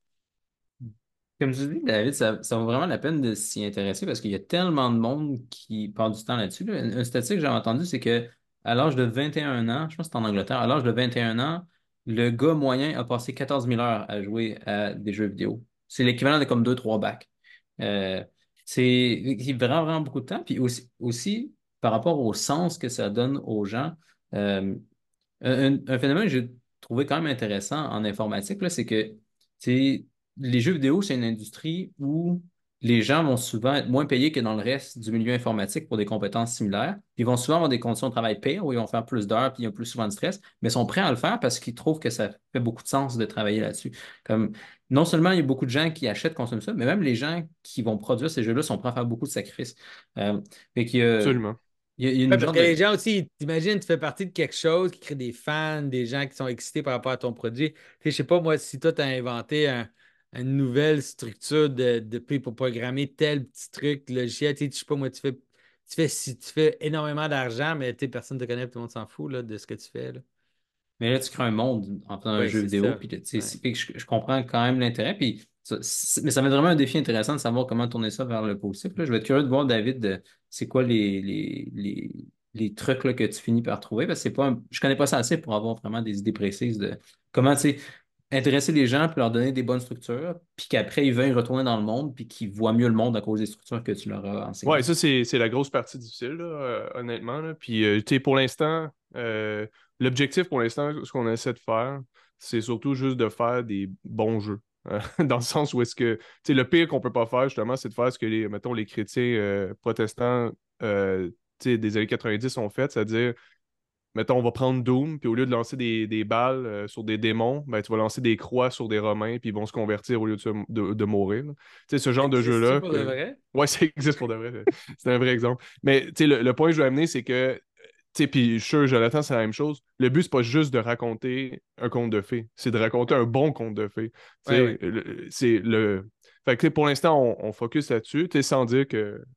Speaker 1: Comme je dis, David, ça, ça vaut vraiment la peine de s'y intéresser parce qu'il y a tellement de monde qui passe du temps là-dessus. Là. Une, une statistique que j'ai entendue, c'est que à l'âge de vingt et un ans, je pense que c'est en Angleterre, à l'âge de vingt et un ans, le gars moyen a passé quatorze mille heures à jouer à des jeux vidéo. C'est l'équivalent de comme deux trois bacs. Euh, c'est c'est vraiment, vraiment beaucoup de temps. Puis aussi, aussi, par rapport au sens que ça donne aux gens, euh, un, un phénomène que j'ai trouvé quand même intéressant en informatique, là, c'est que c'est, les jeux vidéo, c'est une industrie où les gens vont souvent être moins payés que dans le reste du milieu informatique pour des compétences similaires. Ils vont souvent avoir des conditions de travail pires où ils vont faire plus d'heures puis il y a plus souvent de stress, mais sont prêts à le faire parce qu'ils trouvent que ça fait beaucoup de sens de travailler là-dessus. Comme, non seulement il y a beaucoup de gens qui achètent, consomment ça, mais même les gens qui vont produire ces jeux-là sont prêts à faire beaucoup de sacrifices. Euh, fait qu'il y a,
Speaker 3: absolument.
Speaker 1: il y a- il y a
Speaker 2: Ouais,
Speaker 1: une
Speaker 2: parce
Speaker 1: genre
Speaker 2: que les
Speaker 1: de.
Speaker 2: gens aussi, t'imagines, tu fais partie de quelque chose qui crée des fans, des gens qui sont excités par rapport à ton produit. Tu sais, je sais pas, moi, si toi, tu as inventé un- une nouvelle structure de, de puis pour programmer tel petit truc, logiciel, tu sais, je sais pas, moi, tu fais, tu fais, si tu fais énormément d'argent, mais tu sais, personne ne te connaît, tout le monde s'en fout là, de ce que tu fais. Là.
Speaker 1: Mais là, tu crées un monde en faisant un
Speaker 2: Oui,
Speaker 1: jeu
Speaker 2: c'est
Speaker 1: vidéo.
Speaker 2: ça.
Speaker 1: Puis, tu sais,
Speaker 2: Ouais.
Speaker 1: c'est- fait que je, je comprends quand même l'intérêt. Puis, ça- c'est- mais ça va être vraiment un défi intéressant de savoir comment tourner ça vers le positif. Là. Je vais être curieux de voir, David, de- c'est quoi les, les, les, les trucs là, que tu finis par trouver. Parce que c'est pas un- je connais pas ça assez pour avoir vraiment des idées précises de comment, tu sais, intéresser les gens puis leur donner des bonnes structures. Puis qu'après, ils veuillent retourner dans le monde puis qu'ils voient mieux le monde à cause des structures que tu leur as
Speaker 3: Ouais,
Speaker 1: enseignées.
Speaker 3: ça, c'est, c'est la grosse partie difficile, là, euh, honnêtement. Là. Puis, euh, tu sais, pour l'instant, euh, l'objectif pour l'instant, ce qu'on essaie de faire, c'est surtout juste de faire des bons jeux. Euh, dans le sens où est-ce que, tu sais, le pire qu'on peut pas faire, justement, c'est de faire ce que les, mettons, les chrétiens euh, protestants, euh, tu sais, des années quatre-vingt-dix ont fait, c'est-à-dire mettons, on va prendre Doom, puis au lieu de lancer des, des balles euh, sur des démons, ben, tu vas lancer des croix sur des Romains, puis ils vont se convertir au lieu de, se- de, de mourir. là. Tu sais, ce
Speaker 2: Ça
Speaker 3: genre de
Speaker 2: existe-tu
Speaker 3: jeu-là
Speaker 2: pour de
Speaker 3: que.
Speaker 2: vrai?
Speaker 3: Ouais, ça existe pour de vrai. C'est un vrai exemple. Mais tu sais, le, le point que je veux amener, c'est que, tu sais, puis je suis sûr, Jonathan, c'est la même chose. Le but, c'est pas juste de raconter un conte de fées, c'est de raconter un bon conte de fées. Tu
Speaker 2: Ouais,
Speaker 3: sais,
Speaker 2: ouais.
Speaker 3: le- c'est le. Fait que, tu sais, pour l'instant, on, on focus là-dessus, tu sais, sans dire que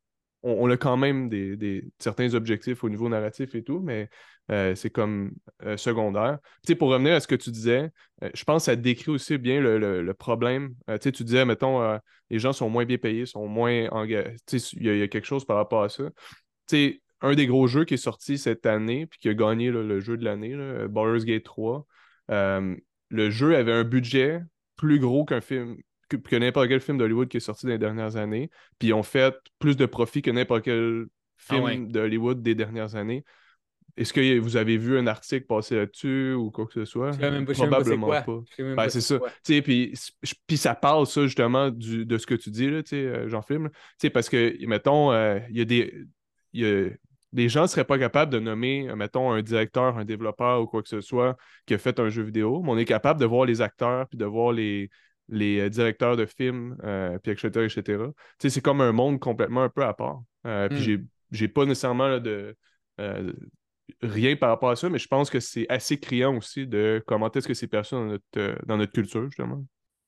Speaker 3: on, on a quand même des, des- certains objectifs au niveau narratif et tout, mais euh, c'est comme euh, secondaire. Tu sais, pour revenir à ce que tu disais, euh, je pense que ça décrit aussi bien le, le- le problème. Euh, tu sais, tu disais, mettons, euh, les gens sont moins bien payés, sont moins engagés. Tu sais, il y, a il y a quelque chose par rapport à ça. Tu sais, un des gros jeux qui est sorti cette année, puis qui a gagné là, le jeu de l'année, là, Baldur's Gate trois, euh, le jeu avait un budget plus gros qu'un film, que, que n'importe quel film d'Hollywood qui est sorti dans les dernières années, puis ils ont fait plus de profit que n'importe quel
Speaker 2: Ah ouais.
Speaker 3: film d'Hollywood des dernières années. Est-ce que vous avez vu un article passer là-dessus ou quoi que ce soit?
Speaker 2: Je sais même pas, je sais même pas c'est
Speaker 3: Probablement
Speaker 2: quoi.
Speaker 3: pas.
Speaker 2: Je sais même
Speaker 3: Ben,
Speaker 2: pas
Speaker 3: c'est
Speaker 2: c'est
Speaker 3: ça.
Speaker 2: quoi.
Speaker 3: Tu sais, puis, puis ça parle, ça, justement, du, de ce que tu dis, là, tu sais, euh, Jean-Philippe. Tu sais, parce que, mettons, euh, il y a des. il y a- les gens ne seraient pas capables de nommer, euh, mettons, un directeur, un développeur ou quoi que ce soit qui a fait un jeu vidéo, mais on est capable de voir les acteurs puis de voir les, les euh, directeurs de films, euh, puis et cetera, et cetera. Tu sais, c'est comme un monde complètement un peu à part. Euh, puis
Speaker 2: Hmm.
Speaker 3: j'ai, j'ai pas nécessairement là, de. euh, rien par rapport à ça, mais je pense que c'est assez criant aussi de comment est-ce que c'est perçu dans notre, euh, dans notre culture, justement.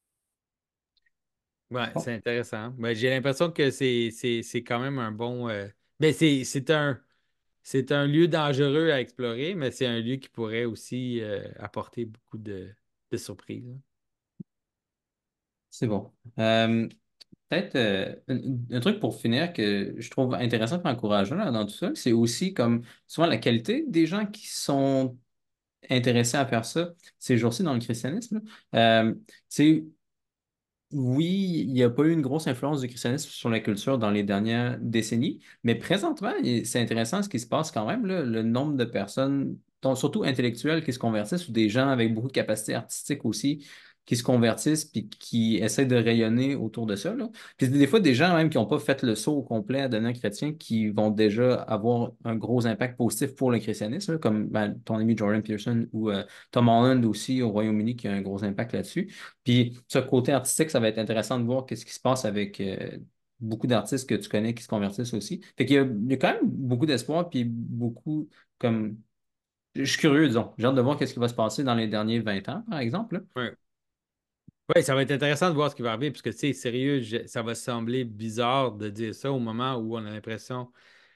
Speaker 2: Ouais,
Speaker 1: Bon,
Speaker 2: c'est intéressant. Ben, j'ai l'impression que c'est c'est c'est quand même un bon. euh, Ben, c'est c'est un c'est un lieu dangereux à explorer, mais c'est un lieu qui pourrait aussi euh, apporter beaucoup de, de surprises, hein.
Speaker 1: c'est bon. Euh, Peut-être euh, un, un truc pour finir que je trouve intéressant et encourageant là, dans tout ça, c'est aussi comme souvent la qualité des gens qui sont intéressés à faire ça ces jours-ci dans le christianisme. Là. Euh, c'est Oui, il n'y a pas eu une grosse influence du christianisme sur la culture dans les dernières décennies, mais présentement, il- c'est intéressant ce qui se passe quand même, là, le nombre de personnes, dont- surtout intellectuelles, qui se convertissent, ou des gens avec beaucoup de capacités artistiques aussi, qui se convertissent puis qui essaient de rayonner autour de ça, là. Puis des fois, des gens même qui n'ont pas fait le saut au complet à devenir chrétien, qui vont déjà avoir un gros impact positif pour le christianisme, là, comme ben, ton ami Jordan Peterson ou euh, Tom Holland aussi au Royaume-Uni qui a un gros impact là-dessus. Puis, ce côté artistique, ça va être intéressant de voir qu'est-ce qui se passe avec euh, beaucoup d'artistes que tu connais qui se convertissent aussi. Fait qu'il y a, il y a quand même beaucoup d'espoir, puis beaucoup comme. Je suis curieux, disons. J'ai hâte de voir qu'est-ce qui va se passer dans les derniers vingt ans, par exemple, là.
Speaker 2: Ouais. Ouais, ça va être intéressant de voir ce qui va arriver, parce que, tu sais, sérieux, je- ça va sembler bizarre de dire ça au moment où on a l'impression,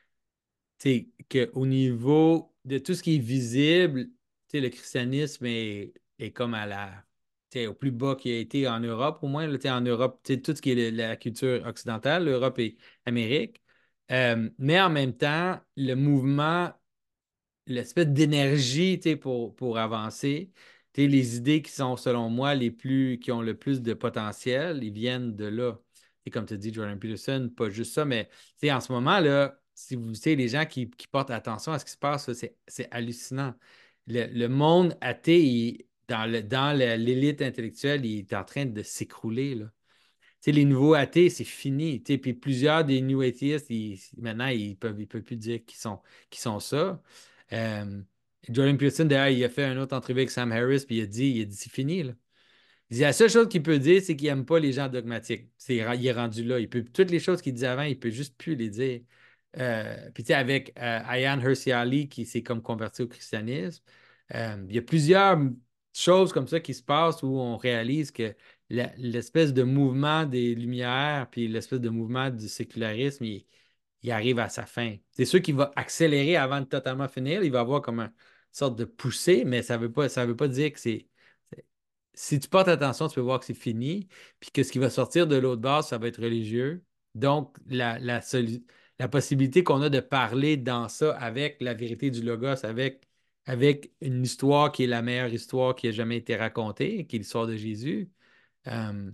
Speaker 2: tu sais, qu'au niveau de tout ce qui est visible, tu sais, le christianisme est, est comme à la, tu sais, au plus bas qu'il a été en Europe, au moins, là, tu sais, en Europe, tu sais, tout ce qui est le- la culture occidentale, l'Europe et l'Amérique. Euh, mais en même temps, le mouvement l'espèce d'énergie, tu sais, pour, pour avancer. Tu sais, les idées qui sont, selon moi, les plus, qui ont le plus de potentiel, ils viennent de là. Et comme tu dis, Jordan Peterson, pas juste ça, mais tu sais, en ce moment, là, si vous savez, les gens qui, qui portent attention à ce qui se passe, là, c'est, c'est hallucinant. Le, le monde athée, il- dans le, dans le- l'élite intellectuelle, il est en train de s'écrouler, là. Tu sais, les nouveaux athées, c'est fini. Tu sais, puis plusieurs des New Atheists, ils- maintenant, ils peuvent, ils peuvent plus dire qu'ils sont, qu'ils sont ça. Euh, Jordan Peterson, d'ailleurs, il a fait une autre entrevue avec Sam Harris, puis il a dit, il a dit, c'est fini, là. Il dit, la seule chose qu'il peut dire, c'est qu'il n'aime pas les gens dogmatiques. C'est, il est rendu là. Il peut, toutes les choses qu'il disait avant, il peut juste plus les dire. Euh, puis tu sais, avec euh, Ayaan Hirsi Ali qui s'est comme converti au christianisme, euh, il y a plusieurs choses comme ça qui se passent où on réalise que la- l'espèce de mouvement des Lumières, puis l'espèce de mouvement du sécularisme, il, il arrive à sa fin. C'est sûr qu'il va accélérer avant de totalement finir. Il va avoir comme une sorte de poussée, mais ça ne veut pas, ça veut pas dire que c'est si tu portes attention, tu peux voir que c'est fini, puis que ce qui va sortir de l'autre bord, ça va être religieux. Donc, la, la, solu- la possibilité qu'on a de parler dans ça avec la vérité du Logos, avec, avec une histoire qui est la meilleure histoire qui a jamais été racontée, qui est l'histoire de Jésus, euh,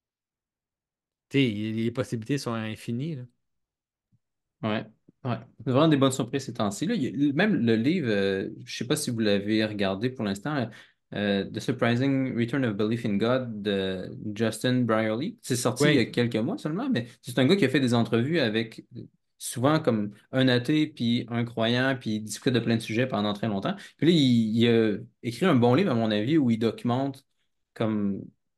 Speaker 2: tu sais, les possibilités sont infinies, là.
Speaker 1: Ouais, ouais. C'est vraiment des bonnes surprises ces temps-ci. Là. Il y a- même le livre, euh, je ne sais pas si vous l'avez regardé pour l'instant, euh, euh, The Surprising Return of Belief in God de Justin Brierley. C'est sorti il y a
Speaker 2: Oui,
Speaker 1: quelques mois seulement, mais c'est un gars qui a fait des entrevues avec souvent comme un athée puis un croyant, puis il discute de plein de sujets pendant très longtemps. Puis là, il, il a écrit un bon livre, à mon avis, où il documente comme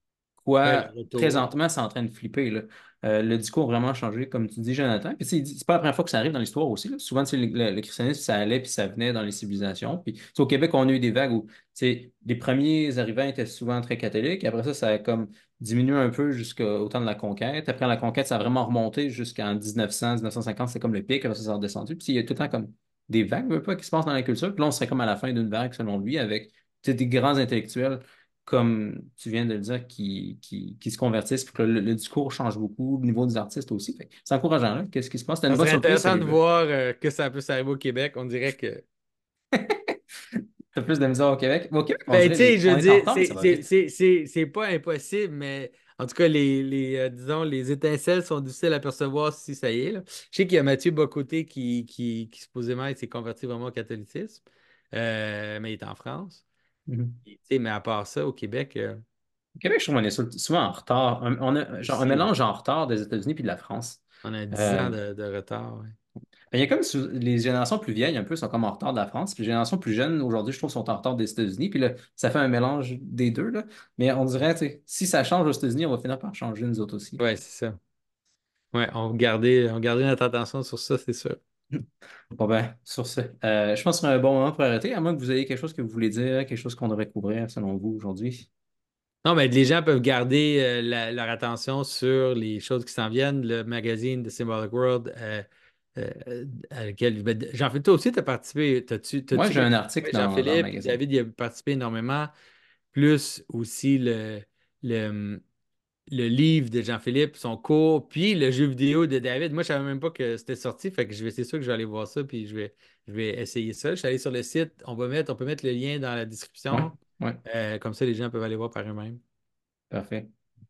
Speaker 2: Ouais, le
Speaker 1: quoi,
Speaker 2: retour.
Speaker 1: présentement, c'est en train de flipper, là. Euh, le discours a vraiment changé, comme tu dis, Jonathan. Puis, tu sais, il dit- c'est pas la première fois que ça arrive dans l'histoire aussi, là. Souvent, tu sais, le, le- le christianisme, ça allait puis ça venait dans les civilisations. Puis, tu sais, au Québec, on a eu des vagues où, tu sais, les premiers arrivants étaient souvent très catholiques. Après ça, ça a comme diminué un peu jusqu'au temps de la conquête. Après la conquête, ça a vraiment remonté jusqu'en mille neuf cents, mille neuf cent cinquante, c'est comme le pic. Après ça, ça a redescendu. Puis, il y a tout le temps comme des vagues, un peu, qui se passent dans la culture. Puis là, on serait comme à la fin d'une vague, selon lui, avec, tu sais, des grands intellectuels comme tu viens de le dire, qui, qui, qui se convertissent, puis que le, le discours change beaucoup, au niveau des artistes aussi. Fait que c'est encourageant, là. Qu'est-ce qui se passe? C'était une
Speaker 2: Ça
Speaker 1: bonne
Speaker 2: serait
Speaker 1: surprise, ça,
Speaker 2: intéressant
Speaker 1: les
Speaker 2: de
Speaker 1: gars.
Speaker 2: voir euh, que ça peut s'arriver au Québec. On dirait que.
Speaker 1: T'as plus de misère au Québec. Au Québec, on
Speaker 2: Ben,
Speaker 1: dirait,
Speaker 2: tu sais,
Speaker 1: les...
Speaker 2: je
Speaker 1: on
Speaker 2: veux
Speaker 1: est en
Speaker 2: dire,
Speaker 1: retard, mais ça
Speaker 2: c'est
Speaker 1: va
Speaker 2: c'est-
Speaker 1: vite.
Speaker 2: c'est- c'est- c'est pas impossible, mais en tout cas, les, les, euh, disons, les étincelles sont difficiles à percevoir si ça y est, là. Je sais qu'il y a Mathieu Bocoté qui, qui, qui supposément il s'est converti vraiment au catholicisme, euh, mais il est en France.
Speaker 1: Mhm.
Speaker 2: Tu sais, mais à part ça, au Québec, euh,
Speaker 1: Au Québec, je trouve qu'on est sou- souvent en retard. On on a genre, un
Speaker 2: aussi,
Speaker 1: mélange en retard des États-Unis puis de la France.
Speaker 2: on a dix
Speaker 1: Euh,
Speaker 2: ans de, de retard. Ouais.
Speaker 1: il y a comme sou- les générations plus vieilles, un peu, sont comme en retard de la France. Puis les générations plus jeunes, aujourd'hui, je trouve, sont en retard des États-Unis. Puis là, ça fait un mélange des deux, là. Mais on dirait, tu sais, si ça change aux États-Unis, on va finir par changer nous autres aussi.
Speaker 2: Ouais, c'est ça. Ouais, on va garder, on va garder notre attention sur ça, c'est sûr.
Speaker 1: Bon ben, sur ce, euh, je pense que ce serait un bon moment pour arrêter, à moins que vous ayez quelque chose que vous voulez dire, quelque chose qu'on devrait couvrir selon vous aujourd'hui.
Speaker 2: Non, mais les gens peuvent garder euh, la- leur attention sur les choses qui s'en viennent. Le magazine de Symbolic World, euh, euh, euh, à lequel ben, Jean-Philippe, toi aussi, tu as participé. T'as-tu,
Speaker 1: Moi,
Speaker 2: t'as-tu
Speaker 1: j'ai un
Speaker 2: quelque-
Speaker 1: article
Speaker 2: ouais,
Speaker 1: dans, dans le
Speaker 2: Jean-Philippe,
Speaker 1: magazine.
Speaker 2: David, il a participé énormément. Plus aussi le, le, le livre de Jean-Philippe, son cours, puis le jeu vidéo de David. Moi, je savais même pas que c'était sorti, fait que je vais, c'est sûr que je vais aller voir ça, puis je vais, je vais essayer ça. Je suis allé sur le site, on va mettre, on peut mettre le lien dans la
Speaker 1: Ouais,
Speaker 2: description.
Speaker 1: ouais,
Speaker 2: Euh, comme ça, les gens peuvent aller voir par eux-mêmes.
Speaker 1: parfait.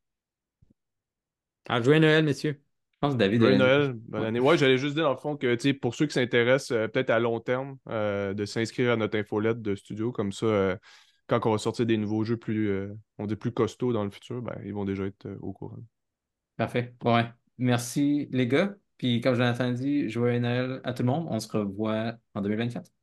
Speaker 2: Alors, joyeux Noël, messieurs.
Speaker 1: Je pense que David
Speaker 3: Joyeux
Speaker 1: allait dire quelque
Speaker 3: Noël,
Speaker 1: chose.
Speaker 3: bonne
Speaker 1: Ouais.
Speaker 3: année. Ouais, j'allais juste dire dans le fond que tu sais, pour ceux qui s'intéressent euh, peut-être à long terme, euh, de s'inscrire à notre infolette de studio, comme ça, euh, quand on va sortir des nouveaux jeux plus, euh, on dit plus costauds dans le futur, ben, ils vont déjà être euh, au courant.
Speaker 1: Parfait. Bon, ouais. Merci les gars. Puis comme Jonathan dit, joyeux Noël à tout le monde. On se revoit en deux mille vingt-quatre.